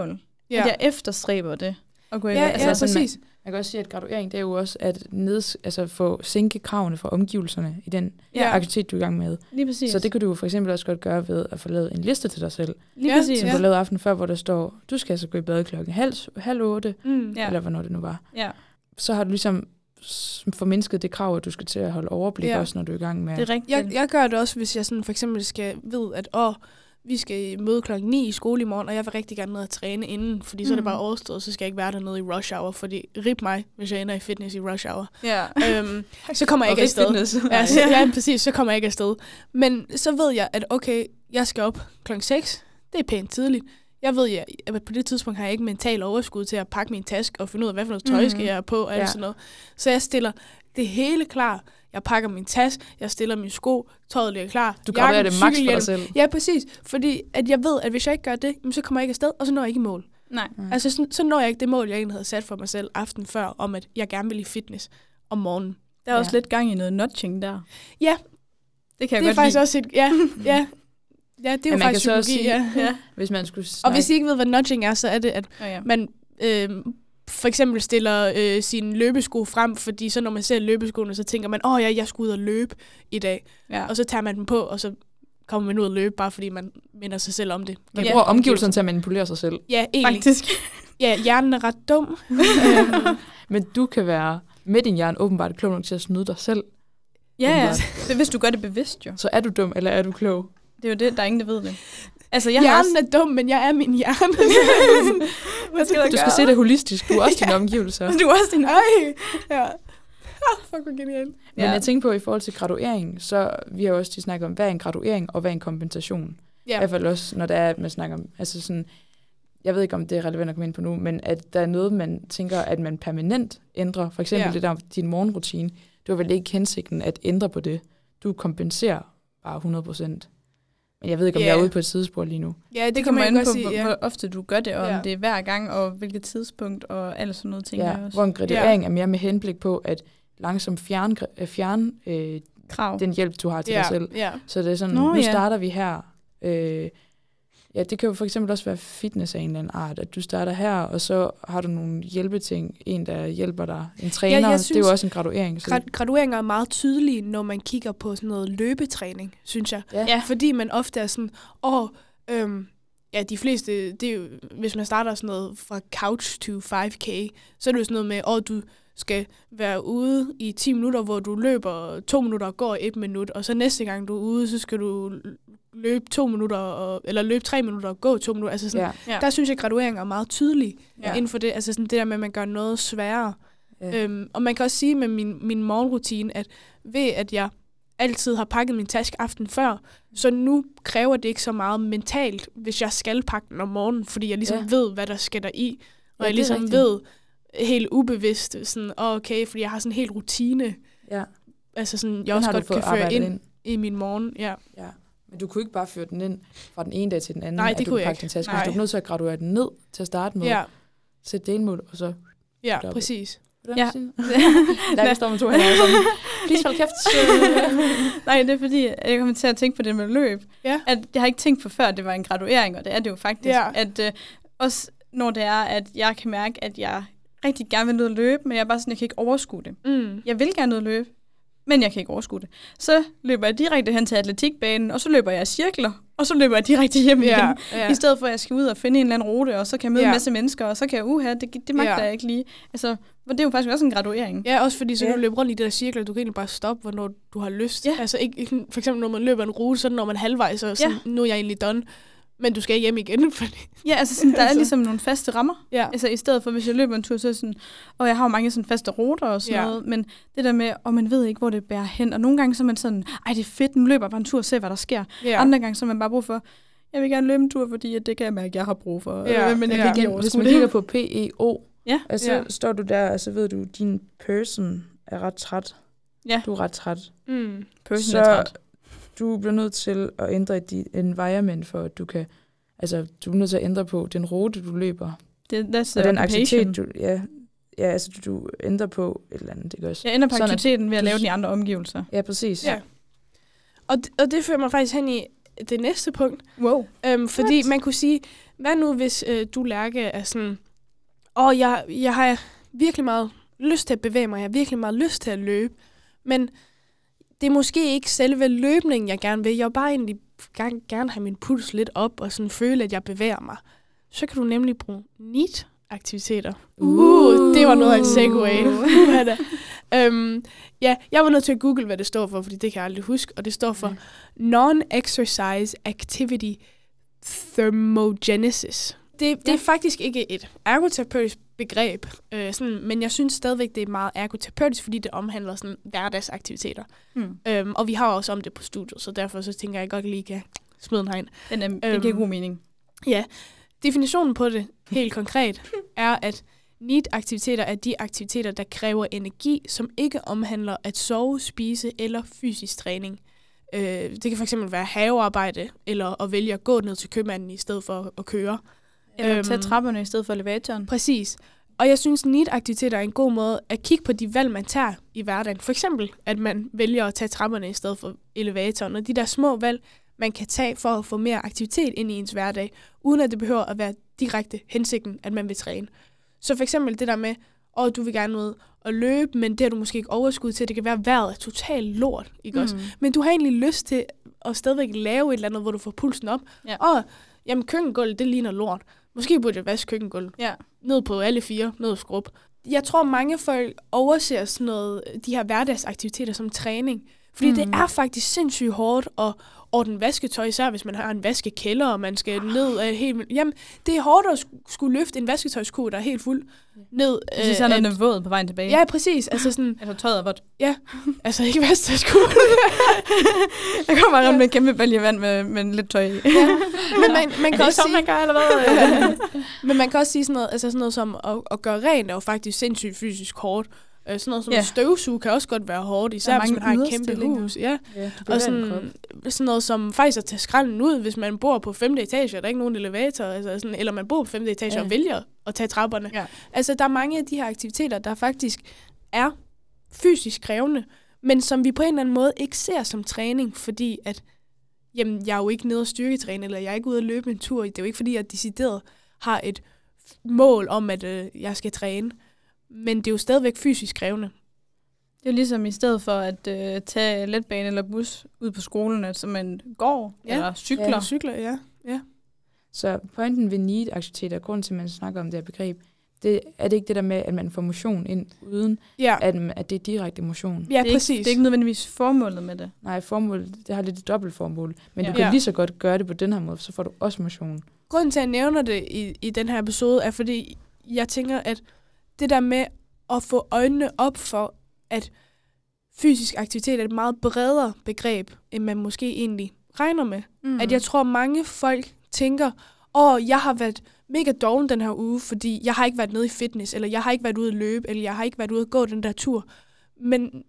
at jeg efterstræber det. Ja, præcis. Man kan også sige, at graduering, det er jo også at få sænke kravene for omgivelserne i den aktivitet, du er i gang med. Lige præcis. Så det kan du for eksempel også godt gøre ved at få lavet en liste til dig selv. Lige præcis. Som du lavede aften før, hvor der står, du skal altså gå i bad klokken 7:30, eller hvornår det nu var. Ja. Så har du ligesom formindsket det krav, at du skal til at holde overblik også, når du er i gang med. Det er rigtigt. Jeg gør det også, hvis jeg sådan for eksempel skal ved, at vi skal møde 9:00 i skole i morgen, og jeg vil rigtig gerne ned og træne inden, fordi så er det bare overstået, så skal jeg ikke være dernede i rush hour, fordi rip mig, hvis jeg ender i fitness i rush hour. Ja. Så kommer jeg ikke afsted. Ja, præcis, så kommer jeg ikke afsted. Men så ved jeg, at okay, jeg skal op 6:00. Det er pænt tidligt. Jeg ved, at på det tidspunkt har jeg ikke mental overskud til at pakke min taske og finde ud af, hvad for noget tøj skal jeg have på, og sådan noget. Så jeg stiller det hele klar. Jeg pakker min taske, jeg stiller mine sko, tøjet ligger klar. Du graderer det maks for dig selv. Ja, præcis. Fordi at jeg ved, at hvis jeg ikke gør det, så kommer jeg ikke afsted, og så når jeg ikke i mål. Nej. Altså, så når jeg ikke det mål, jeg egentlig havde sat for mig selv aften før, om at jeg gerne vil i fitness om morgenen. Der er også lidt gang i noget nudging der. Ja. Det kan jeg godt lide. Det er faktisk også Ja, det er jo faktisk psykologi, sige, hvis man skulle snakke. Og hvis I ikke ved, hvad nudging er, så er det, at man for eksempel stiller sine løbesko frem, fordi så når man ser løbeskoene, så tænker man, jeg skal ud og løbe i dag. Ja. Og så tager man dem på, og så kommer man ud og løbe, bare fordi man minder sig selv om det. Man bruger omgivelserne til at manipulere sig selv. Ja, egentlig. Faktisk. Ja, hjernen er ret dum. Men du kan være med din hjerne åbenbart klog nok til at snyde dig selv. Ja. Hvis du gør det bevidst jo. Så er du dum, eller er du klog? Det er jo det, der er ingen, der ved det. Altså, hjernen er dum, men jeg er min hjerne. Du skal se det holistisk. Du er også dine omgivelser. Du er også din Ja. Fuck, hvor genialt. Men jeg tænker på, i forhold til graduering, så vi har også snakket om, hvad er en graduering, og hvad er en kompensation. I hvert fald også, når det er, at man snakker om, altså sådan, jeg ved ikke, om det er relevant at komme ind på nu, men at der er noget, man tænker, at man permanent ændrer. For eksempel det der din morgenrutine. Det var vel ikke hensigten at ændre på det. Du kompenserer bare 100%. Men jeg ved ikke, om jeg er ude på et sidespor lige nu. Ja, det kan man godt sige. Hvor ofte du gør det, og om det er hver gang, og hvilket tidspunkt, og alt sådan noget ting. Hvor en graduering er mere med henblik på, at langsomt fjerne den hjælp, du har til dig selv. Så det er sådan, nu starter vi her. Det kan jo for eksempel også være fitness af en eller anden art, at du starter her, og så har du nogle hjælpeting, en der hjælper dig, en træner, det er jo også en graduering. Gradueringer er meget tydelige, når man kigger på sådan noget løbetræning, synes jeg. Ja. Fordi man ofte er sådan, de fleste, det er jo, hvis man starter sådan noget fra couch to 5K, så er det jo sådan noget med, du skal være ude i 10 minutter, hvor du løber 2 minutter og går 1 minut, og så næste gang du er ude, så skal du løbe 2 minutter, eller løbe 3 minutter og gå 2 minutter. Altså sådan, der synes jeg, at gradueringer er meget tydelige inden for det. Altså sådan det der med, at man gør noget sværere. Ja. Og man kan også sige med min morgenrutine, at ved at jeg altid har pakket min taske aften før, så nu kræver det ikke så meget mentalt, hvis jeg skal pakke den om morgenen, fordi jeg ligesom ved, hvad der skal der i. Og jeg ligesom ved helt ubevidst, sådan, okay, fordi jeg har sådan en helt rutine. Ja. Altså sådan, jeg også godt kan føre ind i min morgen. Ja. Men du kunne ikke bare føre den ind fra den ene dag til den anden. Nej, det kunne jeg ikke. Din taske. Du er nødt til at graduere den ned til at starte med. Ja. Sætte delmål, og så... Ja, præcis. Ja. Der står med 2 hænder sådan, please hold kæft. Nej, det er fordi, jeg kommer til at tænke på det med løb. Ja. At jeg har ikke tænkt på før, det var en graduering, og det er det jo faktisk. Ja. At også når det er, at jeg kan mærke, at jeg rigtig gerne vil ud og løbe, men jeg er bare sådan, jeg kan ikke overskue det. Jeg vil gerne ud og løbe, men jeg kan ikke overskue det. Så løber jeg direkte hen til atletikbanen, og så løber jeg cirkler, og så løber jeg direkte hjem igen. I stedet for, at jeg skal ud og finde en eller anden rute, og så kan jeg møde en masse mennesker, og så kan jeg, det magter jeg ikke lige. Altså, det er jo faktisk også en graduering. Ja, også fordi så kan du løbe rundt i de der cirkler, du kan egentlig bare stoppe, hvornår du har lyst. Ja. Altså, ikke, for eksempel, når man løber en rute, så når man halvvejs, og så nu er jeg egentlig done. Men du skal hjem igen. Fordi ja, altså sådan, der er ligesom nogle faste rammer. Ja. Altså i stedet for, hvis jeg løber en tur, så er sådan, og jeg har jo mange sådan faste ruter og sådan noget, men det der med, og man ved ikke, hvor det bærer hen, og nogle gange så er man sådan, det er fedt, nu løber jeg bare en tur og ser, hvad der sker. Ja. Andre gange så er man bare brug for, jeg vil gerne løbe en tur, fordi at det kan jeg mærke, jeg har brug for. Men jeg kan ikke hvis man kigger på PEO, altså står du der, og så ved du, din person er ret træt. Ja. Du er ret træt. Person er træt. Du bliver nødt til at ændre i dit environment, for at du kan... Altså, du er nødt til at ændre på den rute, du løber. Og den aktivitet, du... Ja, altså, du ændrer på et eller andet, det gør også. Jeg ændrer på aktiviteten ved at lave den i andre omgivelser. Ja, præcis. Ja. Og det fører mig faktisk hen i det næste punkt. Wow. Fordi man kunne sige, hvad nu hvis du, Lærke, er sådan, jeg har virkelig meget lyst til at bevæge mig, jeg har virkelig meget lyst til at løbe, men det er måske ikke selve løbningen, jeg gerne vil. Jeg vil bare egentlig gerne have min puls lidt op, og sådan føle, at jeg bevæger mig. Så kan du nemlig bruge NEAT-aktiviteter. Det var noget af en segway. Jeg var nødt til at google, hvad det står for, fordi det kan jeg aldrig huske, og det står for Non-Exercise Activity Thermogenesis. Det er faktisk ikke et ergoterapeutisk begreb, men jeg synes stadigvæk, det er meget ergoterapeutisk, fordi det omhandler sådan hverdagsaktiviteter. Og vi har også om det på studiet, så derfor så tænker jeg godt lige kan smide den herind. Det giver god mening. Ja, definitionen på det helt konkret er, at NEAT-aktiviteter er de aktiviteter, der kræver energi, som ikke omhandler at sove, spise eller fysisk træning. Det kan fx være havearbejde, eller at vælge at gå ned til købmanden i stedet for at køre. Eller tage trapperne i stedet for elevatoren. Præcis. Og jeg synes, NEAT-aktiviteter er en god måde at kigge på de valg, man tager i hverdagen. For eksempel, at man vælger at tage trapperne i stedet for elevatoren. Og de der små valg, man kan tage for at få mere aktivitet ind i ens hverdag, uden at det behøver at være direkte hensigten, at man vil træne. Så for eksempel det der med, du vil gerne ud og løbe, men det har du måske ikke overskud til. Det kan være, at vejret er totalt lort, ikke også? Men du har egentlig lyst til at stadigvæk lave et eller andet, hvor du får pulsen op. Ja. Jamen køkkengulvet, det ligner lort. Måske burde jeg vaske køkkengulvet. Ja. Ned på alle 4, ned og skrub. Jeg tror, mange folk overser sådan noget, de her hverdagsaktiviteter som træning. Fordi det er faktisk sindssygt hårdt at ordne vasketøj, især hvis man har en vaskekælder, og man skal ned af helt... Jamen, det er hårdt at skulle løfte en vasketøjskurv, der er helt fuld ned. Det er sådan noget våd på vejen tilbage. Ja, præcis. Altså sådan... Altså tøjet er vådt. Ja, altså ikke vasketøjskurv. Jeg kommer rundt med en kæmpe balje vand med lidt tøj i. Ja. Men man kan også sige... man gør, eller hvad? Men man kan også sige sådan noget som at gøre rent er jo faktisk sindssygt fysisk hårdt. Sådan noget som støvsuge kan også godt være hårdt, især hvis man har et kæmpe hus. Ja. Og sådan noget som faktisk at tage skralden ud, hvis man bor på 5. etage, og der er ikke nogen elevator, eller man bor på 5. etage og vælger at tage trapperne. Ja. Altså, der er mange af de her aktiviteter, der faktisk er fysisk krævende, men som vi på en eller anden måde ikke ser som træning, fordi at, jeg er jo ikke nede og styrketræne, eller jeg er ikke ude at løbe en tur. Det er jo ikke fordi, jeg decideret har et mål om, at jeg skal træne. Men det er jo stadigvæk fysisk krævende. Det er jo ligesom i stedet for at tage letbane eller bus ud på skolen, at man går eller cykler. Ja. Så pointen ved NEAT-aktiviteter, grunden til, at man snakker om det her begreb, det er det ikke det der med, at man får motion ind, uden at det er direkte motion. Ja, præcis. Det er ikke nødvendigvis formålet med det. Nej, formålet, det har lidt et dobbelt formål. Men du kan lige så godt gøre det på den her måde, så får du også motion. Grunden til, at jeg nævner det i den her episode, er fordi, jeg tænker, at det der med at få øjnene op for, at fysisk aktivitet er et meget bredere begreb, end man måske egentlig regner med. At jeg tror, mange folk tænker, jeg har været mega doven den her uge, fordi jeg har ikke været nede i fitness, eller jeg har ikke været ude at løbe, eller jeg har ikke været ude at gå den der tur. Men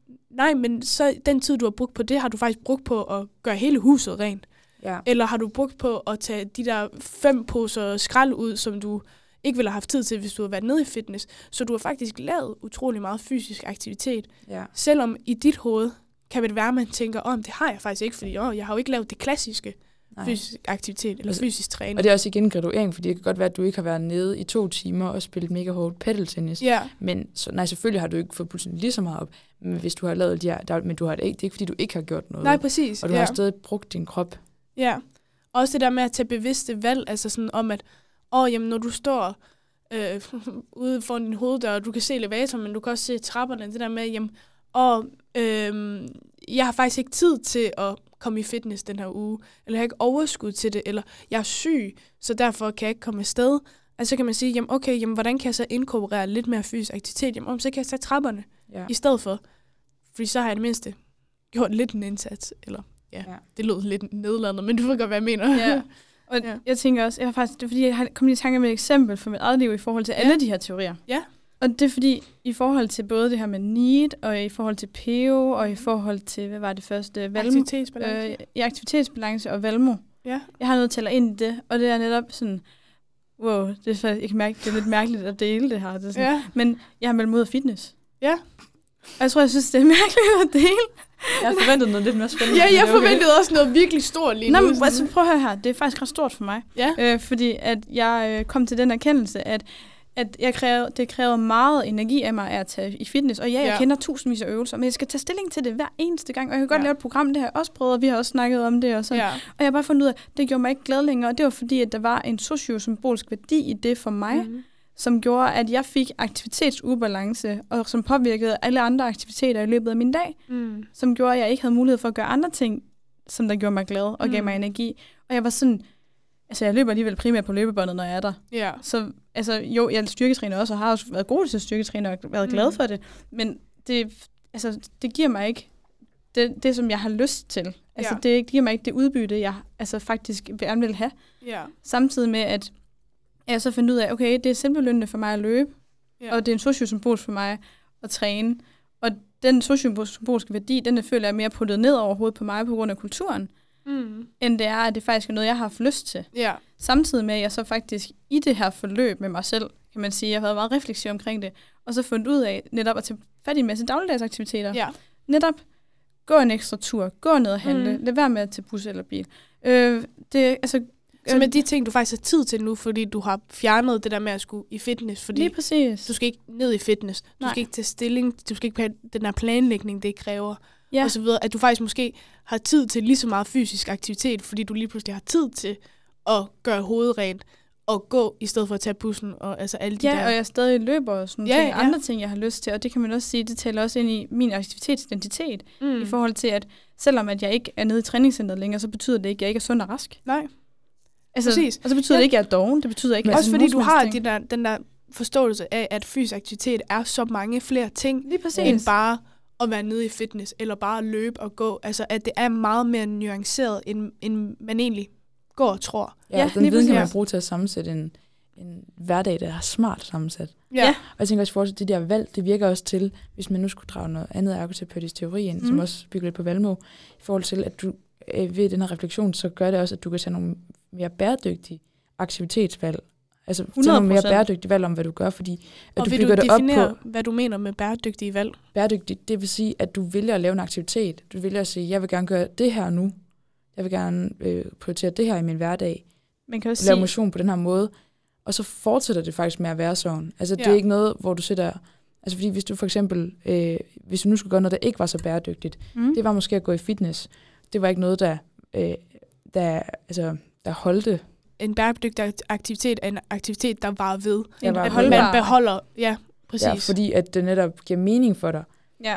så den tid, du har brugt på det, har du faktisk brugt på at gøre hele huset rent. Ja. Eller har du brugt på at tage de der 5 poser skrald ud, som du ikke ville have haft tid til, hvis du har været nede i fitness. Så du har faktisk lavet utrolig meget fysisk aktivitet. Ja. Selvom i dit hoved kan det være, at man tænker, det har jeg faktisk ikke, fordi jeg har jo ikke lavet det klassiske fysisk aktivitet eller fysisk træning. Og det er også igen graduering, fordi det kan godt være, at du ikke har været nede i 2 timer og spillet mega hårdt paddeltennis. Ja. Men selvfølgelig har du ikke fået pulsen lige så meget op. Men hvis du har lavet det her, men du har det ikke. Det er ikke, fordi du ikke har gjort noget. Nej, præcis. Og du har stadig brugt din krop. Ja. Også det der med at tage bevidste valg, altså sådan om at jamen, når du står ude foran din hoveddør, og du kan se elevatoren, men du kan også se trapperne, det der med, jeg har faktisk ikke tid til at komme i fitness den her uge, eller jeg har ikke overskud til det, eller jeg er syg, så derfor kan jeg ikke komme afsted. Altså så kan man sige, hvordan kan jeg så inkorporere lidt mere fysisk aktivitet? Så kan jeg tage trapperne i stedet for, fordi så har jeg det mindste gjort lidt en indsats, eller det lød lidt nedlandet, men du ved godt, hvad jeg mener. Ja. Og jeg tænker også, det er fordi, jeg kom lige i tanke med et eksempel for mit eget liv i forhold til alle de her teorier. Ja. Og det er fordi, i forhold til både det her med NEAT, og i forhold til PEO, og i forhold til, hvad var det første? Aktivitetsbalance. Aktivitetsbalance og Valmo. Ja. Jeg har noget at tælle ind i det, og det er netop sådan, det er lidt mærkeligt at dele det her. Det er sådan, men jeg har meldt mod fitness. Ja. Og jeg tror, jeg synes, det er mærkeligt at dele. Jeg forventede noget lidt mere spændende. Ja, jeg forventede også noget virkelig stort lige nu. Nå, men altså, prøv at høre her. Det er faktisk ret stort for mig. Ja. Fordi at jeg kom til den erkendelse, at det kræver meget energi af mig at tage i fitness. Og jeg kender tusindvis af øvelser, men jeg skal tage stilling til det hver eneste gang. Og jeg kan godt lave et program, det har jeg også prøvet, og vi har også snakket om det. Og sådan. Og jeg har bare fundet ud af, at det gjorde mig ikke glad længere. Og det var fordi, at der var en sociosymbolsk værdi i det for mig, som gjorde, at jeg fik aktivitetsubalance, og som påvirkede alle andre aktiviteter i løbet af min dag, som gjorde, at jeg ikke havde mulighed for at gøre andre ting, som der gjorde mig glad og gav mig energi. Og jeg var sådan, altså jeg løber alligevel primært på løbebåndet, når jeg er der. Ja. Så altså, jo, jeg styrketræner også, og har også været god til at styrketræne og været glad for det, men det giver mig ikke det, som jeg har lyst til. Altså det giver mig ikke det udbytte, jeg faktisk gerne vil have. Ja. Samtidig med, at jeg så fandt ud af, okay, det er selvbelønnende for mig at løbe, og det er en sociosymbol for mig at træne. Og den sociosymbolske værdi, den føler jeg mere puttet ned over hovedet på mig på grund af kulturen, end det er, at det faktisk er noget, jeg har haft lyst til. Ja. Samtidig med, at jeg så faktisk i det her forløb med mig selv, kan man sige, jeg har været meget refleksiv omkring det, og så fundet ud af netop at tage fat i en masse dagligdagsaktiviteter. Ja. Netop gå en ekstra tur, gå ned og handle, lad være med at tage bus eller bil. Så med de ting, du faktisk har tid til nu, fordi du har fjernet det der med at skulle i fitness, fordi lige præcis. Du skal ikke ned i fitness, du skal ikke tage stilling, du skal ikke have den der planlægning, det kræver, og så videre, at du faktisk måske har tid til lige så meget fysisk aktivitet, fordi du lige pludselig har tid til at gøre hovedet rent, og gå i stedet for at tage bussen, og altså alle de der... Ja, og jeg stadig løber og sådan ting, andre ting, jeg har lyst til, og det kan man også sige, det tæller også ind i min aktivitetsidentitet, i forhold til, at selvom at jeg ikke er nede i træningscenteret længere, så betyder det ikke, at jeg ikke er sund og rask. Nej. Altså, og så betyder det ikke, at jeg er doven. Det betyder ikke, også fordi du har den der forståelse af, at fysisk aktivitet er så mange flere ting, end bare at være nede i fitness, eller bare at løbe og gå. Altså, at det er meget mere nuanceret, end man egentlig går og tror. Ja, den viden kan man bruge til at sammensætte en hverdag, der er smart sammensat. Ja. Og jeg tænker også, i forhold til det der valg, det virker også til, hvis man nu skulle drage noget andet ergoterapeutisk teori ind, som også bygger lidt på Valmo, i forhold til, at du ved den her refleksion, så gør det også, at du kan tage nogle mere bæredygtige aktivitetsvalg. Altså tage nogle mere bæredygtige valg om, hvad du gør, fordi at du bygger det op på... hvad du mener med bæredygtige valg? Bæredygtigt, det vil sige, at du vælger at lave en aktivitet. Du vælger at sige, jeg vil gerne gøre det her nu. Jeg vil gerne prioritere det her i min hverdag. Man kan også lave motion på den her måde. Og så fortsætter det faktisk med at være sådan. Altså det er ikke noget, hvor du sætter... Altså fordi hvis du for eksempel... hvis du nu skulle gøre noget, der ikke var så bæredygtigt, det var måske at gå i fitness. Det var ikke noget, der holdte. En bæredygtig aktivitet er en aktivitet, der var ved. At man beholder, præcis. Ja, fordi at det netop giver mening for dig. Ja.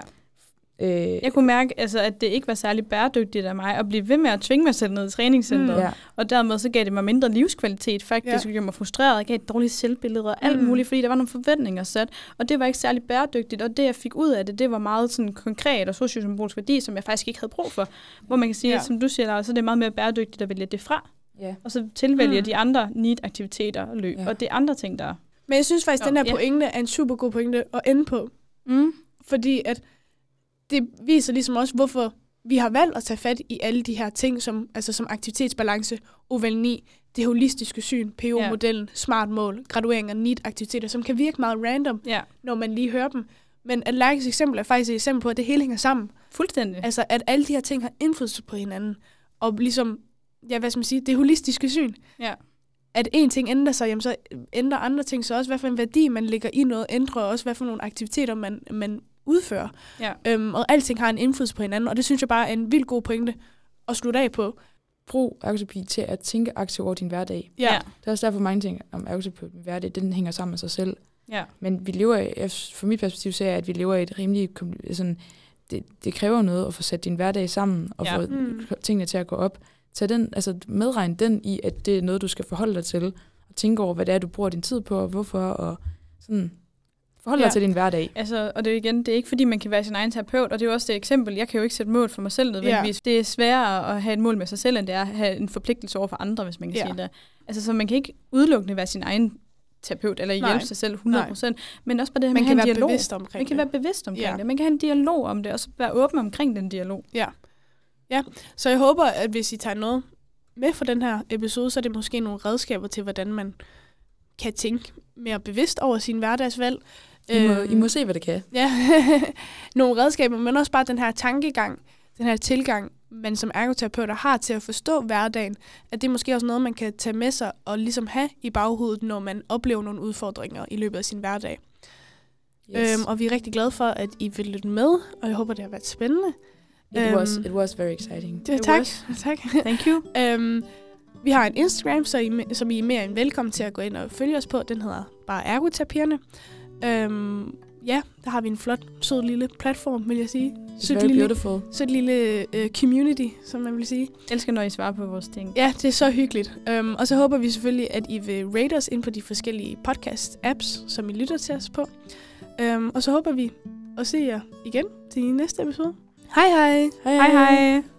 Jeg kunne mærke, at det ikke var særlig bæredygtigt af mig at blive ved med at tvinge mig selv ned i træningscenteret. Og dermed så gav det mig mindre livskvalitet. Faktisk gjorde mig frustreret, og gav et dårligt selvbillede og alt muligt, fordi der var nogle forventninger sat. Og det var ikke særlig bæredygtigt. Og det, jeg fik ud af det, det var meget sådan konkret og sociosymbolsk værdi, som jeg faktisk ikke havde brug for. Hvor man kan sige, at, som du siger, Laura, så er det meget mere bæredygtigt at vælge det fra. Og så tilvælge de andre need-aktiviteter og løb. Og det er andre ting, der... Men jeg synes faktisk, den her pointe er en super god pointe at ende på. Fordi at det viser ligesom også, hvorfor vi har valgt at tage fat i alle de her ting, som aktivitetsbalance, OVAL9, det holistiske syn, PO-modellen, smart mål, gradueringer, NEAT-aktiviteter, som kan virke meget random, når man lige hører dem. Men at Lærkes eksempel er faktisk et eksempel på, at det hele hænger sammen. Fuldstændig. Altså, at alle de her ting har indflydelse på hinanden. Og ligesom, det holistiske syn. Ja. At en ting ændrer sig, jamen, så ændrer andre ting så også, hvad for en værdi man lægger i noget, ændrer også, hvad for nogle aktiviteter man udfører. Og alting har en indflydelse på hinanden, og det synes jeg bare er en vildt god pointe at slutte af på. Brug ergoterapi til at tænke aktivt over din hverdag. Ja. Der er også derfor mange ting om ergoterapi i hverdag, den hænger sammen med sig selv. Ja. Men vi lever, fra mit perspektiv ser jeg, at vi lever i et rimelig sådan, det kræver noget at få sat din hverdag sammen og få tingene til at gå op. Tag den, medregn den i, at det er noget, du skal forholde dig til, og tænke over, hvad det er, du bruger din tid på, og hvorfor, og sådan... Forhold dig til din hverdag. Og det er ikke fordi, man kan være sin egen terapeut, og det er jo også det eksempel, jeg kan jo ikke sætte mål for mig selv nødvendigvis. Det er sværere at have et mål med sig selv, end det er at have en forpligtelse over for andre, hvis man kan sige det. Så man kan ikke udelukkende være sin egen terapeut, eller hjælpe sig selv 100%, men også bare det her med at have en dialog. Man kan være bevidst omkring det. Man kan have en dialog om det, og så være åben omkring den dialog. Ja, så jeg håber, at hvis I tager noget med fra den her episode, så er det måske nogle redskaber til, hvordan man kan tænke mere bevidst over sin hverdagsvalg. I må se, hvad det kan. Ja, nogle redskaber, men også bare den her tankegang, den her tilgang, man som ergoterapeuter har til at forstå hverdagen, at det er måske også noget, man kan tage med sig og ligesom have i baghovedet, når man oplever nogle udfordringer i løbet af sin hverdag. Yes. Og vi er rigtig glade for, at I vil lytte med, og jeg håber, det har været spændende. It was very exciting. Tak. Thank you. Vi har en Instagram, som I er mere end velkommen til at gå ind og følge os på. Den hedder bare Ergoterapierne. Ja, der har vi en flot, sød lille platform, vil jeg sige. Sødt lille community, som man vil sige. Jeg elsker, når I svarer på vores ting. Ja, det er så hyggeligt. Og så håber vi selvfølgelig, at I vil rate os ind på de forskellige podcast-apps, som I lytter til os på. Og så håber vi at se jer igen til næste episode. Hej hej! Hej hej!